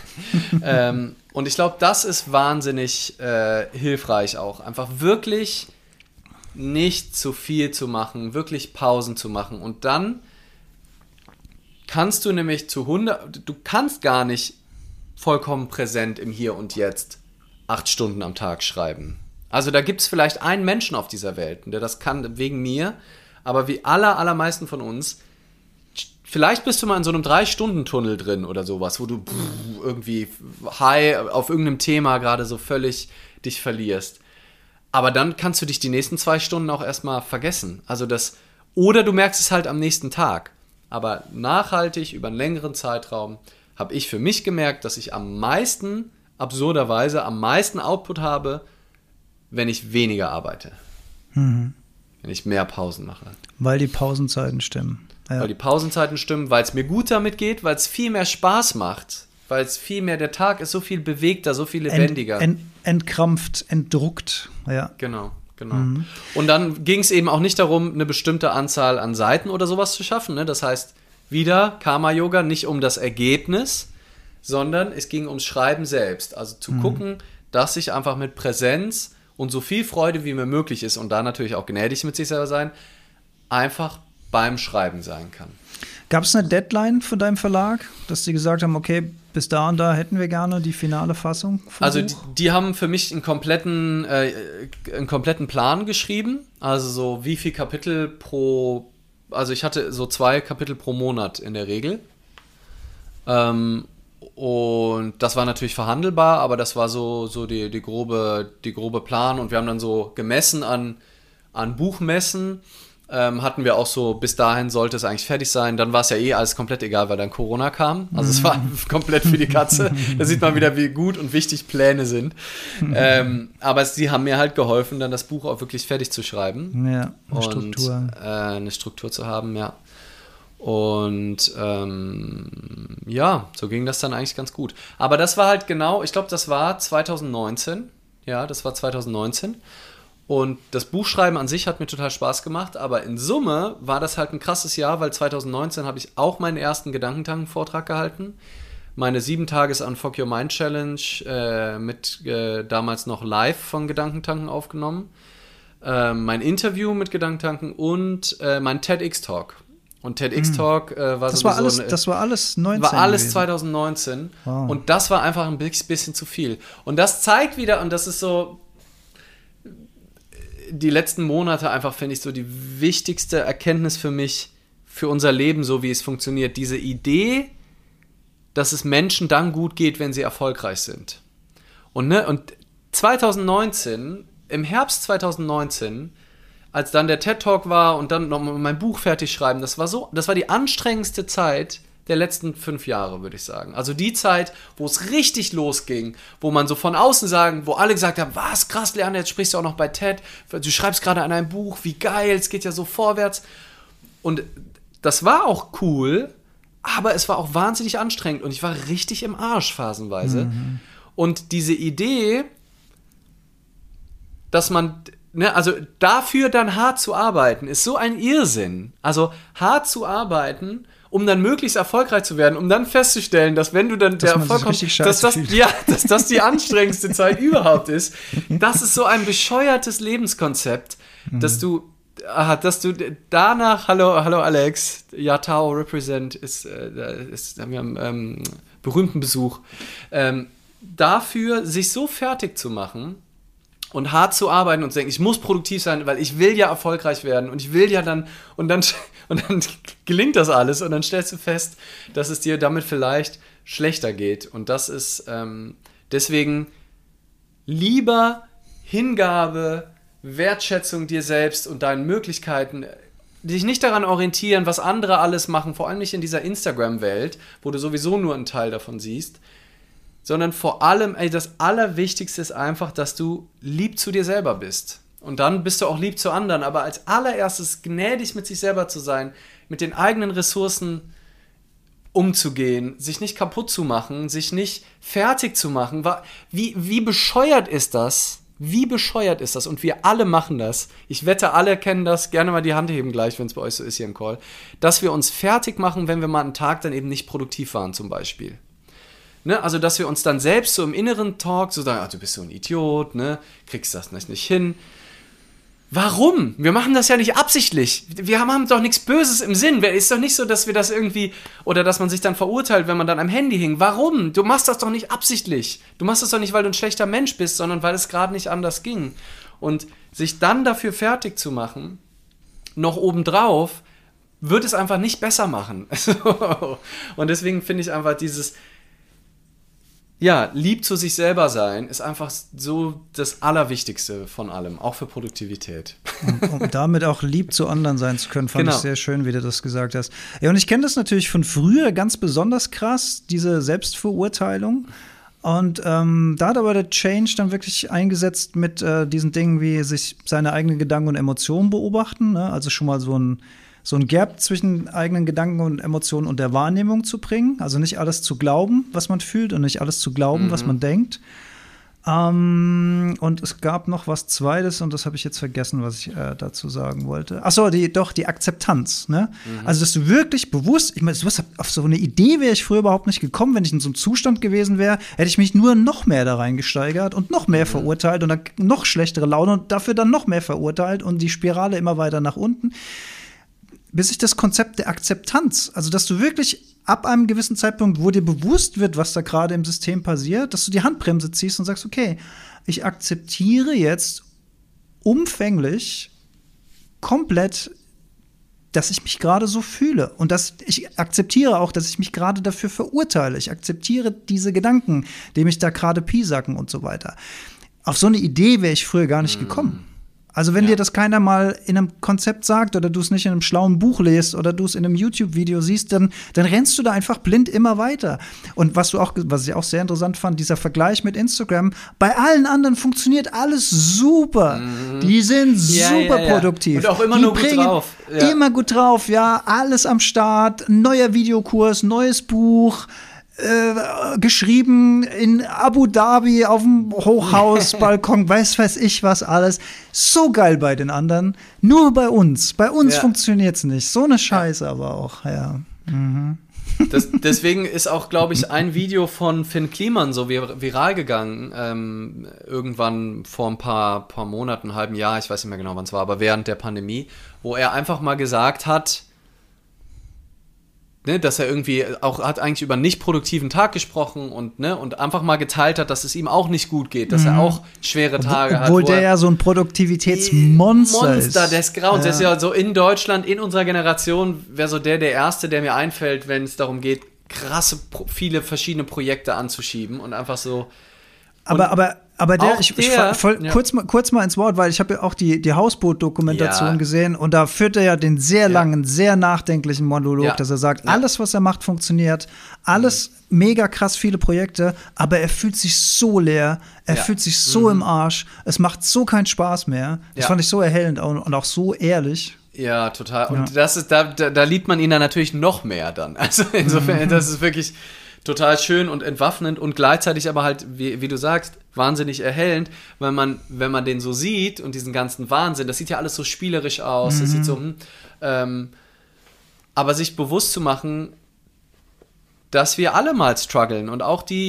Und ich glaube, das ist wahnsinnig hilfreich auch. Einfach wirklich nicht zu viel zu machen, wirklich Pausen zu machen. Und dann kannst du nämlich du kannst gar nicht vollkommen präsent im Hier und Jetzt 8 Stunden am Tag schreiben. Also da gibt es vielleicht einen Menschen auf dieser Welt, der das kann wegen mir, aber wie allermeisten von uns, vielleicht bist du mal in so einem 3-Stunden-Tunnel drin oder sowas, wo du irgendwie high auf irgendeinem Thema gerade so völlig dich verlierst. Aber dann kannst du dich die nächsten 2 Stunden auch erstmal vergessen. Also oder du merkst es halt am nächsten Tag. Aber nachhaltig über einen längeren Zeitraum habe ich für mich gemerkt, dass ich absurderweise am meisten Output habe, wenn ich weniger arbeite. Wenn ich mehr Pausen mache. Weil die Pausenzeiten stimmen. Ja. Weil die Pausenzeiten stimmen, weil es mir gut damit geht, weil es viel mehr Spaß macht, weil es viel mehr, der Tag ist so viel bewegter, so viel lebendiger. Entkrampft, entdruckt. Ja. Genau. Und dann ging es eben auch nicht darum, eine bestimmte Anzahl an Seiten oder sowas zu schaffen. Ne? Das heißt, wieder Karma-Yoga, nicht um das Ergebnis, sondern es ging ums Schreiben selbst. Also zu gucken, dass ich einfach mit Präsenz und so viel Freude wie mir möglich ist und da natürlich auch gnädig mit sich selber sein, einfach beim Schreiben sein kann. Gab es eine Deadline von deinem Verlag, dass die gesagt haben, okay, bis da und da hätten wir gerne die finale Fassung? Also die haben für mich einen kompletten Plan geschrieben, also so wie viel Kapitel also ich hatte so 2 Kapitel pro Monat in der Regel. Und das war natürlich verhandelbar, aber das war so die grobe Plan. Und wir haben dann so gemessen an Buchmessen, hatten wir auch so, bis dahin sollte es eigentlich fertig sein. Dann war es ja alles komplett egal, weil dann Corona kam. Also es war komplett für die Katze. Da sieht man wieder, wie gut und wichtig Pläne sind. Aber sie haben mir halt geholfen, dann das Buch auch wirklich fertig zu schreiben. Ja, eine Struktur zu haben, ja. Und ja, so ging das dann eigentlich ganz gut. Aber das war halt genau, ich glaube, das war 2019. Ja, das war 2019. Und das Buchschreiben an sich hat mir total Spaß gemacht, aber in Summe war das halt ein krasses Jahr, weil 2019 habe ich auch meinen ersten Gedankentanken-Vortrag gehalten. Meine 7-Tages-Unfuck Your Mind Challenge mit damals noch live von Gedankentanken aufgenommen. Mein Interview mit Gedankentanken und mein TEDx-Talk. Und TEDx-Talk war das war alles 19 war alles gewesen. 2019. Wow. Und das war einfach ein bisschen zu viel. Und das zeigt wieder, und das ist so, die letzten Monate einfach, finde ich, so die wichtigste Erkenntnis für mich, für unser Leben, so wie es funktioniert. Diese Idee, dass es Menschen dann gut geht, wenn sie erfolgreich sind. Und 2019, im Herbst 2019, als dann der TED-Talk war und dann noch mein Buch fertig schreiben, das war die anstrengendste Zeit der letzten 5 Jahre, würde ich sagen. Also die Zeit, wo es richtig losging, wo man so von außen sagen, wo alle gesagt haben, was, krass, Leander, jetzt sprichst du auch noch bei TED, du schreibst gerade an einem Buch, wie geil, es geht ja so vorwärts. Und das war auch cool, aber es war auch wahnsinnig anstrengend und ich war richtig im Arsch phasenweise. Mhm. Und diese Idee, dass man, also dafür dann hart zu arbeiten, ist so ein Irrsinn. Also hart zu arbeiten, um dann möglichst erfolgreich zu werden, um dann festzustellen, dass wenn du dann der Erfolg kommt, dass das die anstrengendste Zeit überhaupt ist. Das ist so ein bescheuertes Lebenskonzept, dass du danach, hallo Alex, Yatao Represent haben wir einen berühmten Besuch, dafür sich so fertig zu machen und hart zu arbeiten und zu denken, ich muss produktiv sein, weil ich will ja erfolgreich werden und ich will ja dann und dann gelingt das alles und dann stellst du fest, dass es dir damit vielleicht schlechter geht und das ist deswegen lieber Hingabe, Wertschätzung dir selbst und deinen Möglichkeiten, dich nicht daran orientieren, was andere alles machen, vor allem nicht in dieser Instagram-Welt, wo du sowieso nur einen Teil davon siehst, sondern vor allem, das Allerwichtigste ist einfach, dass du lieb zu dir selber bist. Und dann bist du auch lieb zu anderen, aber als allererstes gnädig mit sich selber zu sein, mit den eigenen Ressourcen umzugehen, sich nicht kaputt zu machen, sich nicht fertig zu machen. Wie bescheuert ist das? Wie bescheuert ist das? Und wir alle machen das. Ich wette, alle kennen das. Gerne mal die Hand heben gleich, wenn es bei euch so ist hier im Call. Dass wir uns fertig machen, wenn wir mal einen Tag dann eben nicht produktiv waren zum Beispiel. Ne? Also, dass wir uns dann selbst so im inneren Talk so sagen, du bist so ein Idiot, ne? Kriegst das nicht hin. Warum? Wir machen das ja nicht absichtlich. Wir haben doch nichts Böses im Sinn. Es ist doch nicht so, dass wir das irgendwie, oder dass man sich dann verurteilt, wenn man dann am Handy hing. Warum? Du machst das doch nicht absichtlich. Du machst das doch nicht, weil du ein schlechter Mensch bist, sondern weil es gerade nicht anders ging. Und sich dann dafür fertig zu machen, noch obendrauf, wird es einfach nicht besser machen. Und deswegen finde ich einfach dieses, lieb zu sich selber sein, ist einfach so das Allerwichtigste von allem, auch für Produktivität. Um damit auch lieb zu anderen sein zu können, fand ich sehr schön, wie du das gesagt hast. Ja, und ich kenne das natürlich von früher ganz besonders krass, diese Selbstverurteilung. Und da hat aber der Change dann wirklich eingesetzt mit diesen Dingen wie sich seine eigenen Gedanken und Emotionen beobachten, ne? Also schon mal so ein Gap zwischen eigenen Gedanken und Emotionen und der Wahrnehmung zu bringen. Also nicht alles zu glauben, was man fühlt und nicht alles zu glauben, was man denkt. Und es gab noch was Zweites und das habe ich jetzt vergessen, was ich dazu sagen wollte. Achso, die Akzeptanz. Ne? Also, dass du wirklich bewusst, ich meine, auf so eine Idee wäre ich früher überhaupt nicht gekommen, wenn ich in so einem Zustand gewesen wäre, hätte ich mich nur noch mehr da reingesteigert und noch mehr verurteilt und dann noch schlechtere Laune und dafür dann noch mehr verurteilt und die Spirale immer weiter nach unten. Bis ich das Konzept der Akzeptanz, also dass du wirklich ab einem gewissen Zeitpunkt, wo dir bewusst wird, was da gerade im System passiert, dass du die Handbremse ziehst und sagst, okay, ich akzeptiere jetzt umfänglich, komplett, dass ich mich gerade so fühle. Und ich akzeptiere auch, dass ich mich gerade dafür verurteile. Ich akzeptiere diese Gedanken, die mich da gerade piesacken und so weiter. Auf so eine Idee wäre ich früher gar nicht gekommen. Also wenn dir das keiner mal in einem Konzept sagt oder du es nicht in einem schlauen Buch liest oder du es in einem YouTube-Video siehst, dann rennst du da einfach blind immer weiter. Und was ich auch sehr interessant fand, dieser Vergleich mit Instagram, bei allen anderen funktioniert alles super. Die sind super produktiv. Und auch immer nur gut drauf. Ja. Immer gut drauf, alles am Start, neuer Videokurs, neues Buch, geschrieben in Abu Dhabi auf dem Hochhausbalkon, weiß ich was alles. So geil bei den anderen. Nur bei uns. Bei uns funktioniert's nicht. So eine Scheiße aber auch, Deswegen ist auch, glaube ich, ein Video von Finn Kliman so viral gegangen, irgendwann vor ein paar Monaten, einem halben Jahr, ich weiß nicht mehr genau, wann es war, aber während der Pandemie, wo er einfach mal gesagt hat, ne, dass er irgendwie auch hat eigentlich über einen nicht produktiven Tag gesprochen und einfach mal geteilt hat, dass es ihm auch nicht gut geht, dass er auch schwere Tage hat. Obwohl der ja so ein Produktivitätsmonster ist. Monster des Grauens. Der ist ja so in Deutschland, in unserer Generation, wäre so der Erste, der mir einfällt, wenn es darum geht, krasse, viele verschiedene Projekte anzuschieben und einfach so. Aber kurz mal ins Wort, weil ich habe ja auch die Hausboot-Dokumentation gesehen und da führt er ja den sehr langen, sehr nachdenklichen Monolog, dass er sagt, alles, was er macht, funktioniert, alles mega krass, viele Projekte, aber er fühlt sich so leer, er fühlt sich so im Arsch, es macht so keinen Spaß mehr. Das fand ich so erhellend und auch so ehrlich. Ja, total. Und das ist, da liebt man ihn dann natürlich noch mehr dann. Also insofern, das ist wirklich total schön und entwaffnend und gleichzeitig aber halt, wie du sagst, wahnsinnig erhellend, weil wenn man den so sieht und diesen ganzen Wahnsinn, das sieht ja alles so spielerisch aus, das sieht so, aber sich bewusst zu machen, dass wir alle mal strugglen und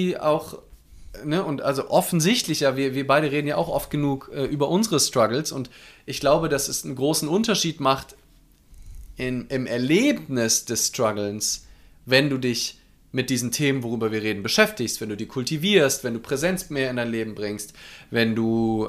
und also offensichtlich, ja, wir beide reden ja auch oft genug über unsere Struggles und ich glaube, dass es einen großen Unterschied macht im Erlebnis des Strugglens, wenn du dich mit diesen Themen, worüber wir reden, beschäftigst, wenn du die kultivierst, wenn du Präsenz mehr in dein Leben bringst, wenn du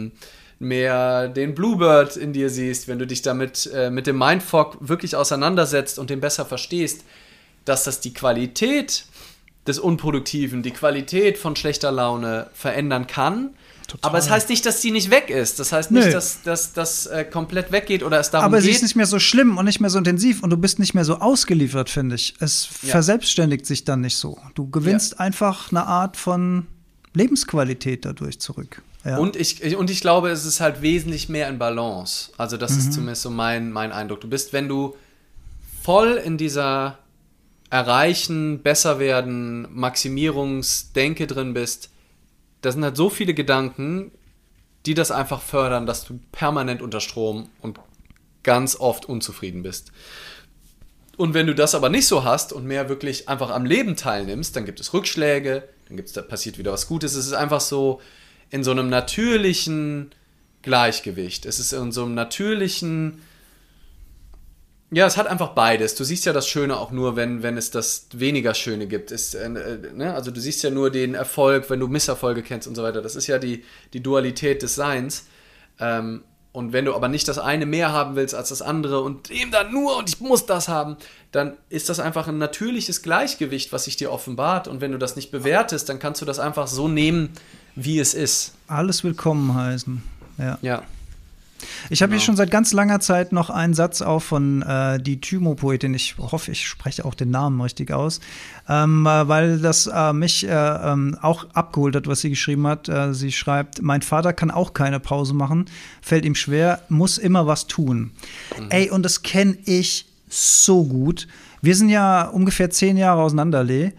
mehr den Bluebird in dir siehst, wenn du dich damit mit dem Mindfuck wirklich auseinandersetzt und den besser verstehst, dass das die Qualität des Unproduktiven, die Qualität von schlechter Laune verändern kann. Total. Aber es heißt nicht, dass die nicht weg ist. Das heißt nicht, dass das komplett weggeht oder es darum geht. Aber sie ist nicht mehr so schlimm und nicht mehr so intensiv und du bist nicht mehr so ausgeliefert, finde ich. Es verselbstständigt sich dann nicht so. Du gewinnst einfach eine Art von Lebensqualität dadurch zurück. Ja. Und ich glaube, es ist halt wesentlich mehr in Balance. Also das ist zumindest so mein Eindruck. Du bist, wenn du voll in dieser Erreichen, besser werden, Maximierungsdenke drin bist, da sind halt so viele Gedanken, die das einfach fördern, dass du permanent unter Strom und ganz oft unzufrieden bist. Und wenn du das aber nicht so hast und mehr wirklich einfach am Leben teilnimmst, dann gibt es Rückschläge, da passiert wieder was Gutes. Es ist einfach so in so einem natürlichen Gleichgewicht. Es ist in so einem natürlichen, ja, es hat einfach beides. Du siehst ja das Schöne auch nur, wenn es das weniger Schöne gibt. Also du siehst ja nur den Erfolg, wenn du Misserfolge kennst und so weiter. Das ist ja die Dualität des Seins. Und wenn du aber nicht das eine mehr haben willst als das andere und eben dann nur und ich muss das haben, dann ist das einfach ein natürliches Gleichgewicht, was sich dir offenbart. Und wenn du das nicht bewertest, dann kannst du das einfach so nehmen, wie es ist. Alles willkommen heißen. Ja. Ich habe Genau. hier schon seit ganz langer Zeit noch einen Satz auch von die Thymo-Poetin, ich hoffe, ich spreche auch den Namen richtig aus, weil das mich auch abgeholt hat, was sie geschrieben hat. Sie schreibt, mein Vater kann auch keine Pause machen, fällt ihm schwer, muss immer was tun. Ey, und das kenne ich so gut. Wir sind ja ungefähr 10 Jahre auseinander, Lee.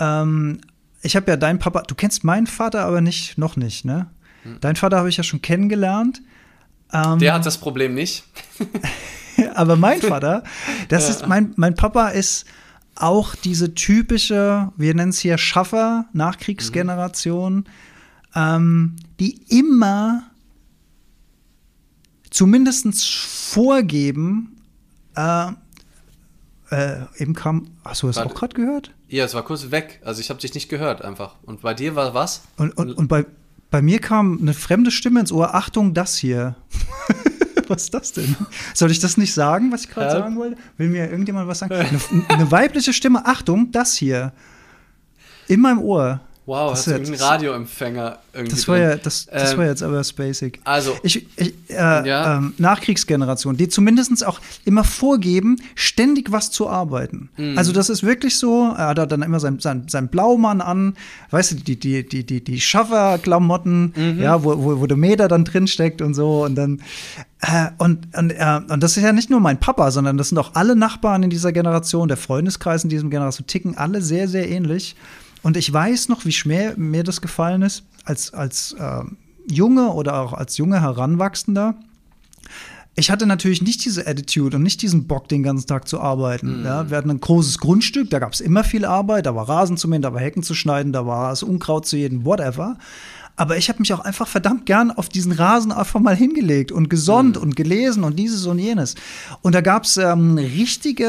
Ich habe ja deinen Papa, du kennst meinen Vater aber noch nicht, ne? Deinen Vater habe ich ja schon kennengelernt. Der hat das Problem nicht. Aber mein Vater, das ist mein Papa ist auch diese typische, wir nennen es hier Schaffer, Nachkriegsgeneration, die immer zumindest vorgeben, eben kam, hast du das auch gerade gehört? Ja, es war kurz weg. Also ich habe dich nicht gehört einfach. Und bei dir war was? Und bei mir kam eine fremde Stimme ins Ohr. Achtung, das hier. Was ist das denn? Soll ich das nicht sagen, was ich gerade sagen wollte? Will mir irgendjemand was sagen? Eine weibliche Stimme. Achtung, das hier. In meinem Ohr. Wow, hast du irgendeinen Radioempfänger irgendwie das war jetzt aber spacig. Also, Nachkriegsgeneration, die zumindest auch immer vorgeben, ständig was zu arbeiten. Also das ist wirklich so, er hat dann immer sein Blaumann an, weißt du, die Schaffer-Klamotten, ja, wo der Meter dann drin steckt und so und dann und das ist ja nicht nur mein Papa, sondern das sind auch alle Nachbarn in dieser Generation, der Freundeskreis in diesem Generation ticken alle sehr, sehr ähnlich. Und ich weiß noch, wie schwer mir das gefallen ist, als Junge oder auch als junger Heranwachsender. Ich hatte natürlich nicht diese Attitude und nicht diesen Bock, den ganzen Tag zu arbeiten. Ja, wir hatten ein großes Grundstück, da gab es immer viel Arbeit, da war Rasen zu mähen, da war Hecken zu schneiden, da war das Unkraut zu jeden, whatever. Aber ich habe mich auch einfach verdammt gern auf diesen Rasen einfach mal hingelegt und gesonnt und gelesen und dieses und jenes. Und da gab es richtige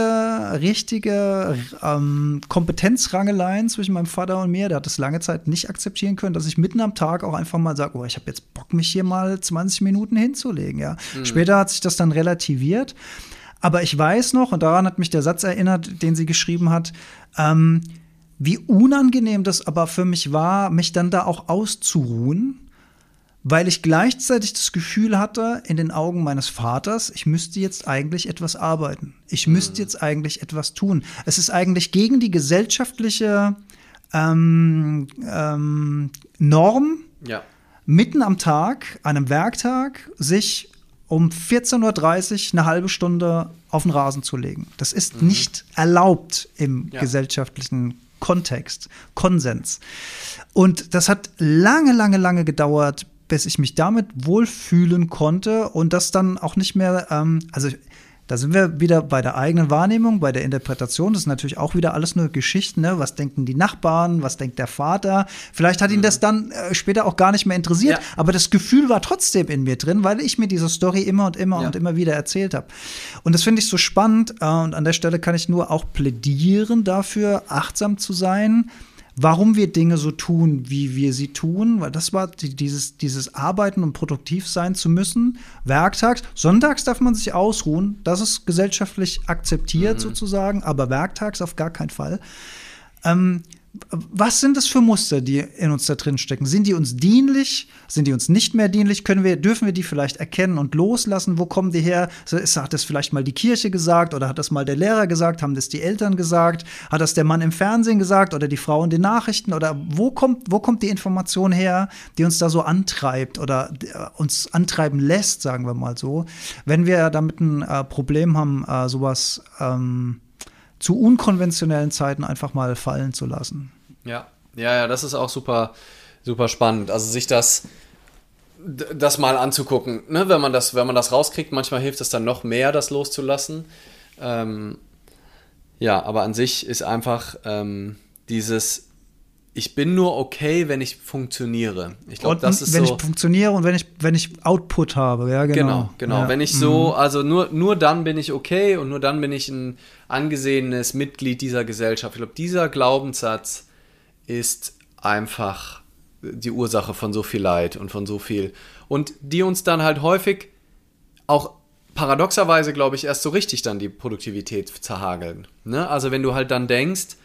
Kompetenzrangeleien zwischen meinem Vater und mir. Der hat das lange Zeit nicht akzeptieren können, dass ich mitten am Tag auch einfach mal sage, oh, ich habe jetzt Bock, mich hier mal 20 Minuten hinzulegen. Ja. Später hat sich das dann relativiert. Aber ich weiß noch, und daran hat mich der Satz erinnert, den sie geschrieben hat, wie unangenehm das aber für mich war, mich dann da auch auszuruhen, weil ich gleichzeitig das Gefühl hatte, in den Augen meines Vaters, ich müsste jetzt eigentlich etwas arbeiten. Ich müsste jetzt eigentlich etwas tun. Es ist eigentlich gegen die gesellschaftliche Norm, mitten am Tag, an einem Werktag, sich um 14:30 Uhr eine halbe Stunde auf den Rasen zu legen. Das ist nicht erlaubt im gesellschaftlichen Kontext, Konsens. Und das hat lange gedauert, bis ich mich damit wohlfühlen konnte und das dann auch nicht mehr, also da sind wir wieder bei der eigenen Wahrnehmung, bei der Interpretation. Das ist natürlich auch wieder alles nur Geschichten, ne? Was denken die Nachbarn, was denkt der Vater? Vielleicht hat ihn das dann später auch gar nicht mehr interessiert, aber das Gefühl war trotzdem in mir drin, weil ich mir diese Story immer und immer wieder erzählt habe. Und das finde ich so spannend und an der Stelle kann ich nur auch plädieren dafür, achtsam zu sein, warum wir Dinge so tun, wie wir sie tun, weil das war dieses Arbeiten und produktiv sein zu müssen, werktags, sonntags darf man sich ausruhen, das ist gesellschaftlich akzeptiert sozusagen, aber werktags auf gar keinen Fall. Was sind das für Muster, die in uns da drin stecken? Sind die uns dienlich? Sind die uns nicht mehr dienlich? Dürfen wir die vielleicht erkennen und loslassen? Wo kommen die her? Hat das vielleicht mal die Kirche gesagt oder hat das mal der Lehrer gesagt? Haben das die Eltern gesagt? Hat das der Mann im Fernsehen gesagt oder die Frau in den Nachrichten? Oder wo kommt die Information her, die uns da so antreibt oder uns antreiben lässt, sagen wir mal so, wenn wir damit ein Problem haben, sowas zu unkonventionellen Zeiten einfach mal fallen zu lassen. Ja, das ist auch super, super spannend. Also sich das mal anzugucken, ne? Wenn man das rauskriegt, manchmal hilft es dann noch mehr, das loszulassen. Aber an sich ist einfach dieses ich bin nur okay, wenn ich funktioniere. Ich glaube, das ist wenn ich funktioniere und wenn ich Output habe, ja, genau. Genau. Ja. Wenn ich also nur dann bin ich okay und nur dann bin ich ein angesehenes Mitglied dieser Gesellschaft. Ich glaube, dieser Glaubenssatz ist einfach die Ursache von so viel Leid und von so viel. Und die uns dann halt häufig auch paradoxerweise, glaube ich, erst so richtig dann die Produktivität zerhageln. Ne? Also wenn du halt dann denkst,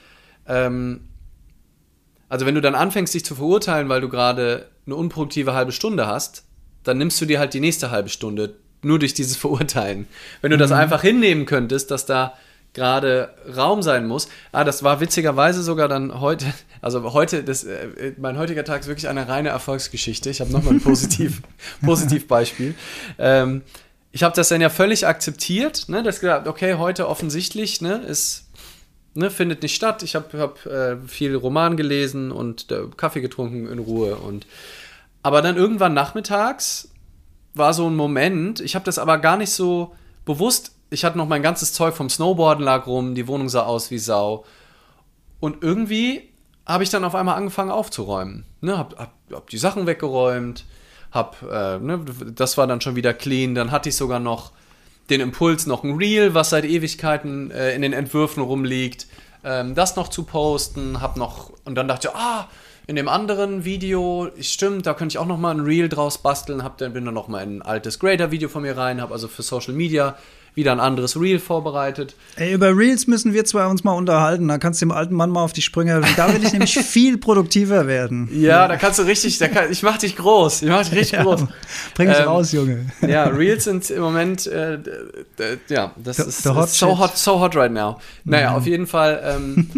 also wenn du dann anfängst, dich zu verurteilen, weil du gerade eine unproduktive halbe Stunde hast, dann nimmst du dir halt die nächste halbe Stunde nur durch dieses Verurteilen. Wenn du das einfach hinnehmen könntest, dass da gerade Raum sein muss. Das war witzigerweise sogar dann heute, also heute, mein heutiger Tag ist wirklich eine reine Erfolgsgeschichte. Ich habe nochmal ein Positivbeispiel. Ich habe das dann ja völlig akzeptiert, ne, dass gesagt, okay, heute offensichtlich, ne, findet nicht statt. Ich hab viel Roman gelesen und Kaffee getrunken in Ruhe. Aber dann irgendwann nachmittags war so ein Moment, ich habe das aber gar nicht so bewusst, ich hatte noch mein ganzes Zeug vom Snowboarden lag rum, die Wohnung sah aus wie Sau. Und irgendwie habe ich dann auf einmal angefangen aufzuräumen. Ne, hab die Sachen weggeräumt, das war dann schon wieder clean, dann hatte ich sogar noch den Impuls, noch ein Reel, was seit Ewigkeiten in den Entwürfen rumliegt, das noch zu posten, und dann dachte ich, in dem anderen Video, stimmt, da könnte ich auch noch mal ein Reel draus basteln, bin dann noch mal in ein altes Grader-Video von mir rein, habe also für Social Media wieder ein anderes Reel vorbereitet. Ey, über Reels müssen wir zwei uns mal unterhalten. Da kannst du dem alten Mann mal auf die Sprünge helfen. Da will ich nämlich viel produktiver werden. Ja, da kannst du richtig, ich mach dich groß. Ich mach dich richtig groß. Bring mich raus, Junge. Ja, Reels sind im Moment, das ist so hot right now. Naja, auf jeden Fall.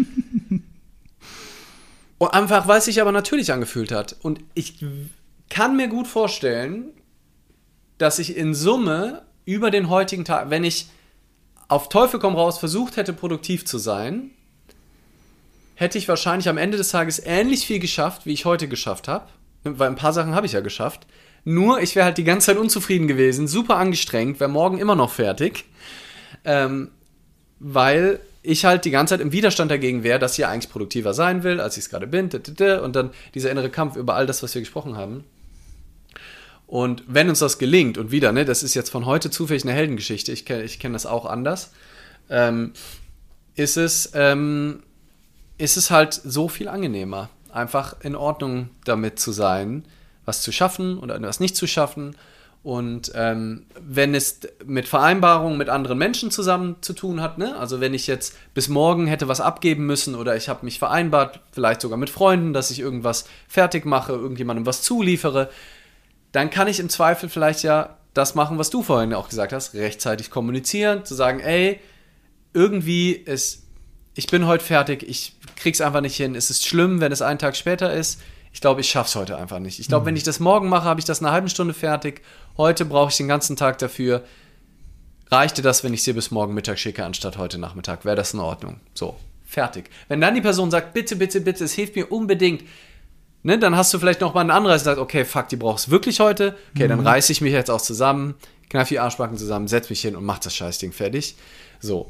Und einfach, weil es sich aber natürlich angefühlt hat. Und ich kann mir gut vorstellen, dass ich in Summe über den heutigen Tag, wenn ich auf Teufel komm raus versucht hätte, produktiv zu sein, hätte ich wahrscheinlich am Ende des Tages ähnlich viel geschafft, wie ich heute geschafft habe. Weil ein paar Sachen habe ich ja geschafft. Nur, ich wäre halt die ganze Zeit unzufrieden gewesen, super angestrengt, wäre morgen immer noch fertig. Weil ich halt die ganze Zeit im Widerstand dagegen wäre, dass ich ja eigentlich produktiver sein will, als ich es gerade bin. Und dann dieser innere Kampf über all das, was wir gesprochen haben. Und wenn uns das gelingt, und wieder, ne, das ist jetzt von heute zufällig eine Heldengeschichte, ich kenn das auch anders, ist es halt so viel angenehmer, einfach in Ordnung damit zu sein, was zu schaffen oder was nicht zu schaffen. Und wenn es mit Vereinbarungen mit anderen Menschen zusammen zu tun hat, ne? Also wenn ich jetzt bis morgen hätte was abgeben müssen oder ich habe mich vereinbart, vielleicht sogar mit Freunden, dass ich irgendwas fertig mache, irgendjemandem was zuliefere, dann kann ich im Zweifel vielleicht ja das machen, was du vorhin auch gesagt hast, rechtzeitig kommunizieren, zu sagen, ey, irgendwie ich bin heute fertig, ich krieg's einfach nicht hin, es ist schlimm, wenn es einen Tag später ist, ich glaube, ich schaff's heute einfach nicht. Ich glaube, wenn ich das morgen mache, habe ich das eine halbe Stunde fertig, heute brauche ich den ganzen Tag dafür, reichte das, wenn ich sie bis morgen Mittag schicke, anstatt heute Nachmittag, wäre das in Ordnung. So, fertig. Wenn dann die Person sagt, bitte, bitte, bitte, es hilft mir unbedingt, ne, dann hast du vielleicht noch mal einen Anreiz und sagst, okay, fuck, die brauchst du wirklich heute. Okay, dann reiße ich mich jetzt auch zusammen, kneif die Arschbacken zusammen, setz mich hin und mach das Scheißding fertig. So.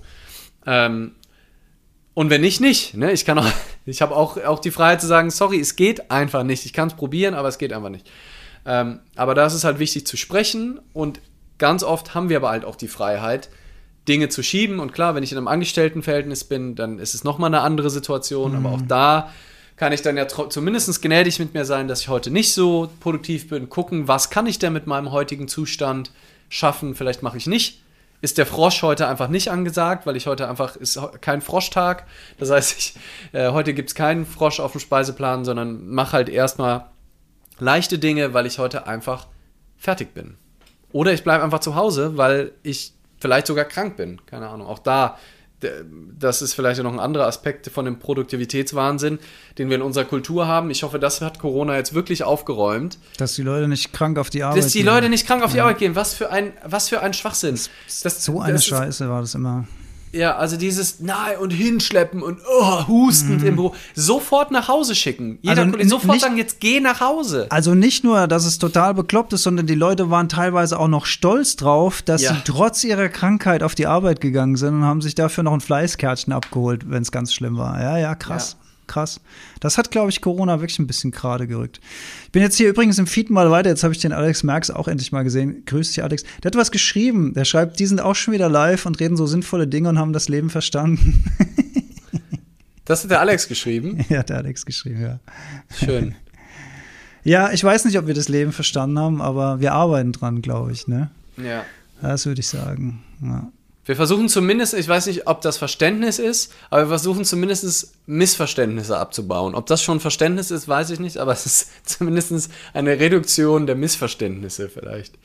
Und wenn nicht, ne, ich habe auch die Freiheit zu sagen, sorry, es geht einfach nicht. Ich kann es probieren, aber es geht einfach nicht. Aber da ist es halt wichtig zu sprechen und ganz oft haben wir aber halt auch die Freiheit, Dinge zu schieben. Und klar, wenn ich in einem Angestelltenverhältnis bin, dann ist es nochmal eine andere Situation, aber auch da kann ich dann ja zumindest gnädig mit mir sein, dass ich heute nicht so produktiv bin, gucken, was kann ich denn mit meinem heutigen Zustand schaffen, vielleicht mache ich nicht. Ist der Frosch heute einfach nicht angesagt, weil ich heute einfach, ist kein Froschtag, das heißt, heute gibt es keinen Frosch auf dem Speiseplan, sondern mache halt erstmal leichte Dinge, weil ich heute einfach fertig bin. Oder ich bleibe einfach zu Hause, weil ich vielleicht sogar krank bin, keine Ahnung, auch da. Das ist vielleicht noch ein anderer Aspekt von dem Produktivitätswahnsinn, den wir in unserer Kultur haben. Ich hoffe, das hat Corona jetzt wirklich aufgeräumt. Dass die Leute nicht krank auf die Arbeit gehen. Dass die Leute nicht krank auf die Arbeit gehen. Was für ein Schwachsinn. So eine Scheiße war das immer. Ja, also dieses nahe und hinschleppen und hustend im Büro. Sofort nach Hause schicken. Jeder Kollege sofort sagen, jetzt geh nach Hause. Also nicht nur, dass es total bekloppt ist, sondern die Leute waren teilweise auch noch stolz drauf, dass sie trotz ihrer Krankheit auf die Arbeit gegangen sind und haben sich dafür noch ein Fleißkärtchen abgeholt, wenn es ganz schlimm war. Ja, krass. Ja. Krass. Das hat, glaube ich, Corona wirklich ein bisschen gerade gerückt. Ich bin jetzt hier übrigens im Feed mal weiter. Jetzt habe ich den Alex Merks auch endlich mal gesehen. Grüß dich, Alex. Der hat was geschrieben. Der schreibt, die sind auch schon wieder live und reden so sinnvolle Dinge und haben das Leben verstanden. Das hat der Alex geschrieben? Ja, hat der Alex geschrieben, ja. Schön. Ja, ich weiß nicht, ob wir das Leben verstanden haben, aber wir arbeiten dran, glaube ich, ne? Ja. Das würde ich sagen, ja. Wir versuchen zumindest, ich weiß nicht, ob das Verständnis ist, aber wir versuchen zumindest Missverständnisse abzubauen. Ob das schon Verständnis ist, weiß ich nicht, aber es ist zumindest eine Reduktion der Missverständnisse vielleicht.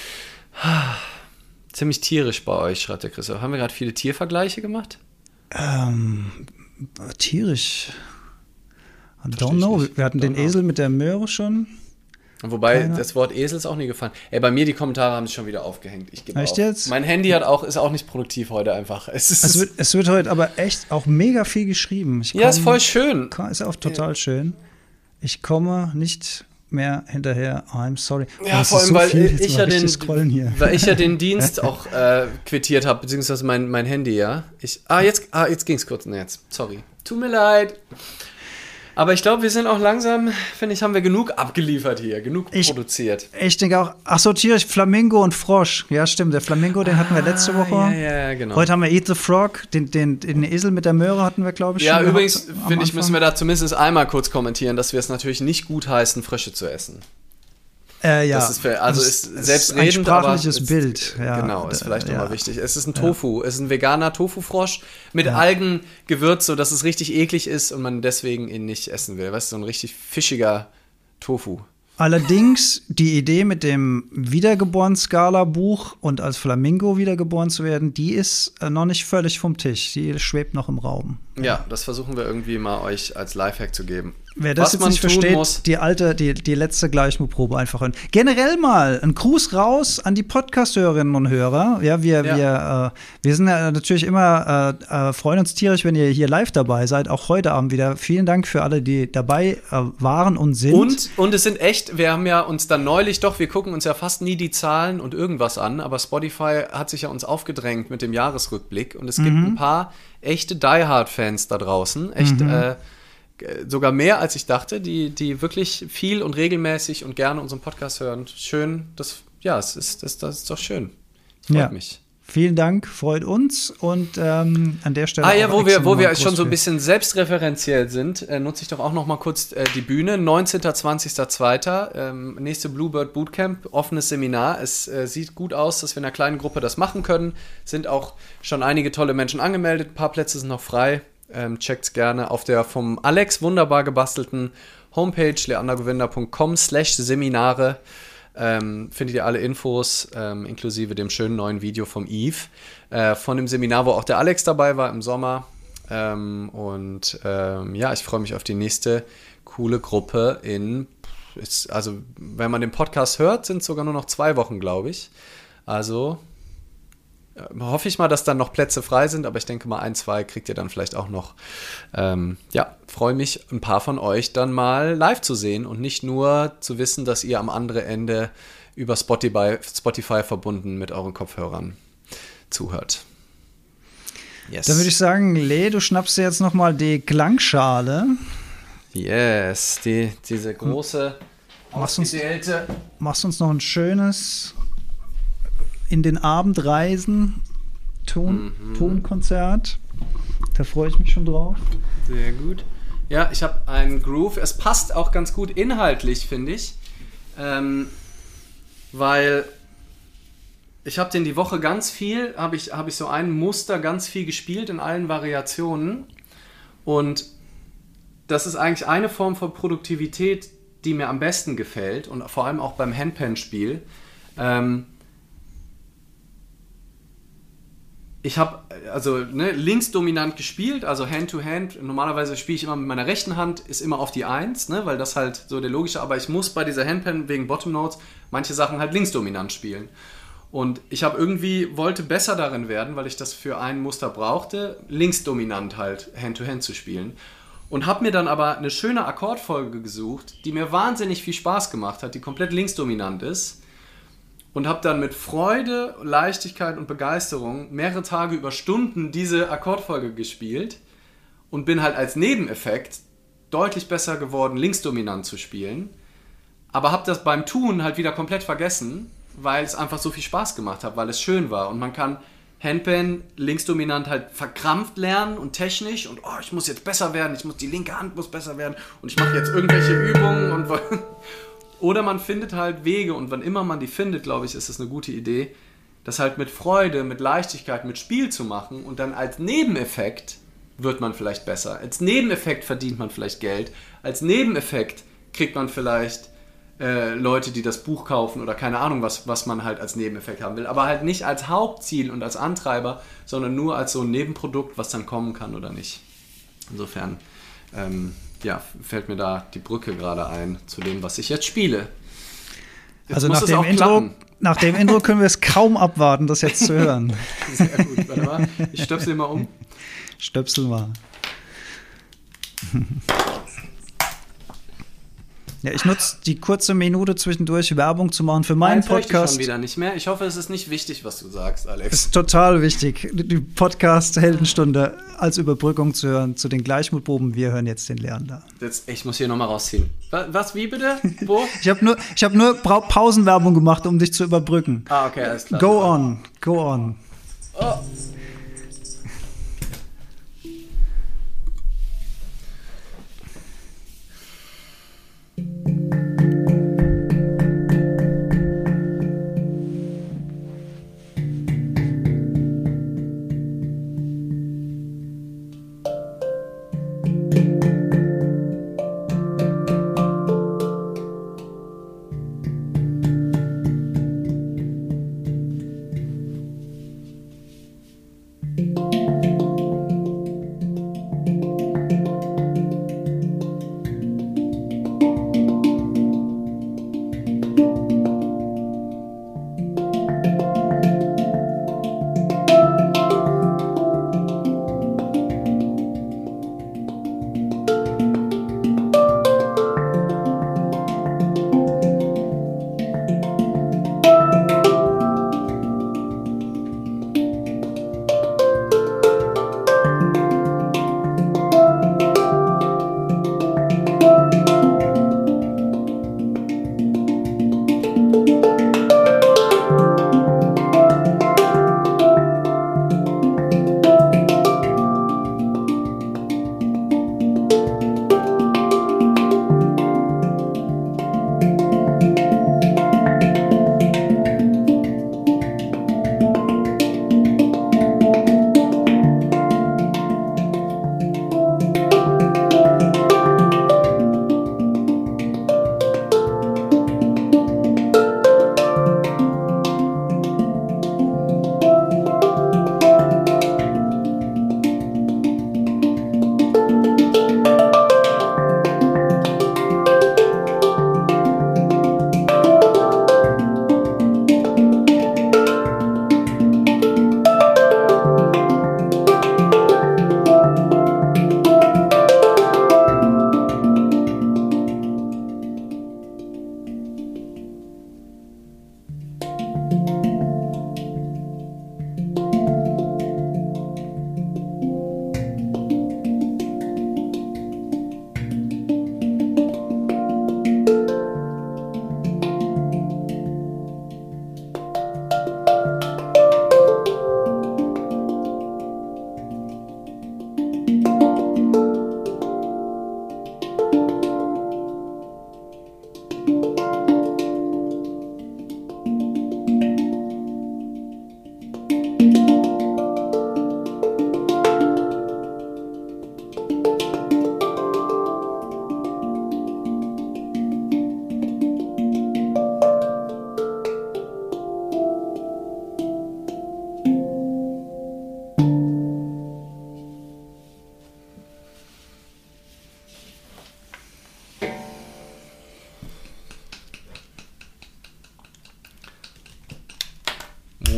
Ziemlich tierisch bei euch, schreibt der Christoph. Haben wir gerade viele Tiervergleiche gemacht? Tierisch. I don't know. Wir hatten den Esel mit der Möhre schon. Wobei das Wort Esel ist auch nie gefallen. Ey, bei mir die Kommentare haben sich schon wieder aufgehängt. Ich gebe Echt auf. Jetzt? Mein Handy ist auch nicht produktiv heute einfach. Es wird heute aber echt auch mega viel geschrieben. Ist voll schön. Ist auch total schön. Ich komme nicht mehr hinterher. I'm sorry. Ja, vor allem, so weil ich ja den Dienst auch quittiert habe, beziehungsweise mein Handy, ja. Jetzt ging's kurz. Nee, jetzt. Sorry. Tut mir leid. Aber ich glaube, wir sind auch langsam, finde ich, haben wir genug abgeliefert hier, genug produziert. Ich denke auch, ach so, tierisch, Flamingo und Frosch. Ja, stimmt, der Flamingo, den hatten wir letzte Woche. Ja, genau. Heute haben wir Eat the Frog, den Esel mit der Möhre hatten wir, glaube ich, schon. Ja, übrigens, finde ich, müssen wir da zumindest einmal kurz kommentieren, dass wir es natürlich nicht gut heißen, Frösche zu essen. Ja, das ist selbstredend, ein sprachliches Bild. Ja, genau, ist vielleicht nochmal wichtig. Es ist ein Tofu, es ist ein veganer Tofu-Frosch mit Algengewürz, so dass es richtig eklig ist und man deswegen ihn nicht essen will. Weißt du, so ein richtig fischiger Tofu. Allerdings die Idee mit dem Wiedergeboren-Skala-Buch und als Flamingo wiedergeboren zu werden, die ist noch nicht völlig vom Tisch. Die schwebt noch im Raum. Ja, das versuchen wir irgendwie mal euch als Lifehack zu geben. Wer das jetzt nicht versteht, die letzte Gleichmutprobe einfach hören. Generell mal ein Gruß raus an die Podcast-Hörerinnen und Hörer. Ja, wir sind ja natürlich immer, freuen uns tierisch, wenn ihr hier live dabei seid, auch heute Abend wieder. Vielen Dank für alle, die dabei waren und sind. Und es sind echt, wir haben ja uns dann neulich wir gucken uns ja fast nie die Zahlen und irgendwas an, aber Spotify hat sich ja uns aufgedrängt mit dem Jahresrückblick und es gibt ein paar echte Die-Hard-Fans da draußen. Echt, sogar mehr als ich dachte, die wirklich viel und regelmäßig und gerne unseren Podcast hören. Schön, das ist doch schön. Freut mich. Vielen Dank, freut uns und an der Stelle. Wo wir schon so ein bisschen selbstreferenziell sind, nutze ich doch auch noch mal kurz die Bühne. 19. 20.02. Nächste Bluebird Bootcamp, offenes Seminar. Es sieht gut aus, dass wir in einer kleinen Gruppe das machen können. Sind auch schon einige tolle Menschen angemeldet, ein paar Plätze sind noch frei. Checkt's gerne auf der vom Alex wunderbar gebastelten Homepage leandergewinner.com/Seminare. Findet ihr alle Infos, inklusive dem schönen neuen Video vom Yves, von dem Seminar, wo auch der Alex dabei war im Sommer. Ich freue mich auf die nächste coole Gruppe also wenn man den Podcast hört, sind es sogar nur noch 2 Wochen, glaube ich. Also hoffe ich mal, dass dann noch Plätze frei sind, aber ich denke mal 1, 2 kriegt ihr dann vielleicht auch noch. Freue mich, ein paar von euch dann mal live zu sehen und nicht nur zu wissen, dass ihr am anderen Ende über Spotify verbunden mit euren Kopfhörern zuhört. Yes. Dann würde ich sagen, Le, du schnappst dir jetzt nochmal die Klangschale. Yes, diese große, ausgedehnte. Machst uns noch ein schönes in den Abend reisen Tonkonzert. Da freue ich mich schon drauf. Sehr gut. Ja, ich habe einen Groove. Es passt auch ganz gut inhaltlich, finde ich. Weil ich habe den die Woche ganz viel, habe ich so ein Muster ganz viel gespielt in allen Variationen. Und das ist eigentlich eine Form von Produktivität, die mir am besten gefällt. Und vor allem auch beim Handpan-Spiel. Ich habe linksdominant gespielt, also Hand-to-Hand. Normalerweise spiele ich immer mit meiner rechten Hand, ist immer auf die 1, ne, weil das halt so der logische, aber ich muss bei dieser Handpan wegen Bottom Notes manche Sachen halt linksdominant spielen. Und ich wollte besser darin werden, weil ich das für ein Muster brauchte, linksdominant halt Hand-to-Hand zu spielen. Und habe mir dann aber eine schöne Akkordfolge gesucht, die mir wahnsinnig viel Spaß gemacht hat, die komplett linksdominant ist. Und habe dann mit Freude, Leichtigkeit und Begeisterung mehrere Tage über Stunden diese Akkordfolge gespielt und bin halt als Nebeneffekt deutlich besser geworden, linksdominant zu spielen. Aber habe das beim Tun halt wieder komplett vergessen, weil es einfach so viel Spaß gemacht hat, weil es schön war. Und man kann Handpan linksdominant halt verkrampft lernen und technisch und ich muss jetzt besser werden, die linke Hand muss besser werden und ich mache jetzt irgendwelche Übungen und oder man findet halt Wege und wann immer man die findet, glaube ich, ist es eine gute Idee, das halt mit Freude, mit Leichtigkeit, mit Spiel zu machen und dann als Nebeneffekt wird man vielleicht besser. Als Nebeneffekt verdient man vielleicht Geld. Als Nebeneffekt kriegt man vielleicht Leute, die das Buch kaufen oder keine Ahnung, was man halt als Nebeneffekt haben will. Aber halt nicht als Hauptziel und als Antreiber, sondern nur als so ein Nebenprodukt, was dann kommen kann oder nicht. Insofern fällt mir da die Brücke gerade ein zu dem, was ich jetzt spiele. Jetzt also nach dem Intro können wir es kaum abwarten, das jetzt zu hören. Sehr gut, warte mal. Ich stöpsel mal um. Stöpsel mal. Ja, ich nutze die kurze Minute zwischendurch, Werbung zu machen für meinen Podcast. Ich schon wieder nicht mehr. Ich hoffe, es ist nicht wichtig, was du sagst, Alex. Es ist total wichtig, die Podcast-Heldenstunde als Überbrückung zu hören zu den Gleichmutproben. Wir hören jetzt den Leander. Ich muss hier nochmal rausziehen. Was, wie bitte? Wo? Ich hab nur Pausenwerbung gemacht, um dich zu überbrücken. Okay, alles klar. Go on. Oh.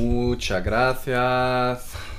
Muchas gracias.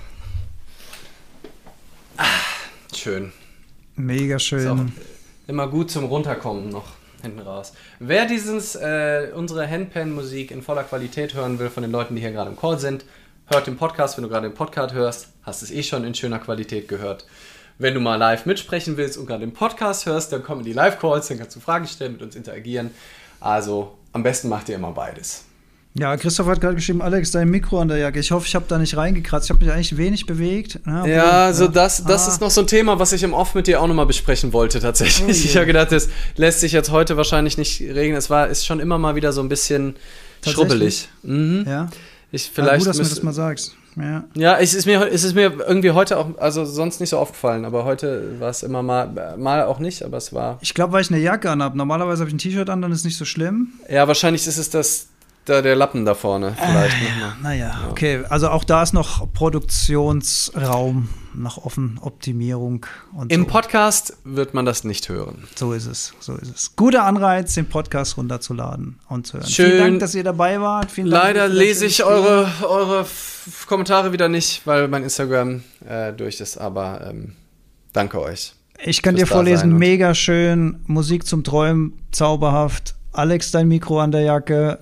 Schön. Mega schön. Ist auch immer gut zum Runterkommen noch hinten raus. Wer unsere Handpan-Musik in voller Qualität hören will von den Leuten, die hier gerade im Call sind, hört den Podcast. Wenn du gerade den Podcast hörst, hast es schon in schöner Qualität gehört. Wenn du mal live mitsprechen willst und gerade den Podcast hörst, dann kommen die Live-Calls, dann kannst du Fragen stellen, mit uns interagieren. Also am besten macht ihr immer beides. Ja, Christoph hat gerade geschrieben, Alex, dein Mikro an der Jacke. Ich hoffe, ich habe da nicht reingekratzt. Ich habe mich eigentlich wenig bewegt. Ja, also das ist noch so ein Thema, was ich im Off mit dir auch nochmal besprechen wollte tatsächlich. Oh, ich habe gedacht, das lässt sich jetzt heute wahrscheinlich nicht regeln. Ist schon immer mal wieder so ein bisschen schrubbelig. Mhm. Ja. Gut, dass du mir das mal sagst. Ja, es ist mir irgendwie heute auch, also sonst nicht so aufgefallen, aber heute war es immer mal auch nicht, aber es war... Ich glaube, weil ich eine Jacke anhabe. Normalerweise habe ich ein T-Shirt an, dann ist es nicht so schlimm. Ja, wahrscheinlich ist es der Lappen da vorne vielleicht. Naja, okay. Also auch da ist noch Produktionsraum nach offen, Optimierung und Im so. Podcast wird man das nicht hören. So ist es. Guter Anreiz, den Podcast runterzuladen und zu hören. Schön. Vielen Dank, dass ihr dabei wart. Vielen Dank, leider lese ich eure Kommentare wieder nicht, weil mein Instagram durch ist, aber danke euch. Ich kann dir vorlesen, mega schön, Musik zum Träumen, zauberhaft. Alex, dein Mikro an der Jacke.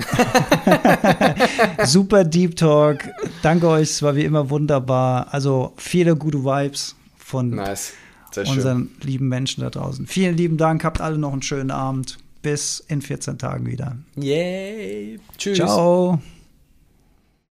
Super Deep Talk. Danke euch, es war wie immer wunderbar. Also viele gute Vibes von unseren lieben Menschen da draußen. Vielen lieben Dank, habt alle noch einen schönen Abend. Bis in 14 Tagen wieder. Yay. Tschüss. Ciao.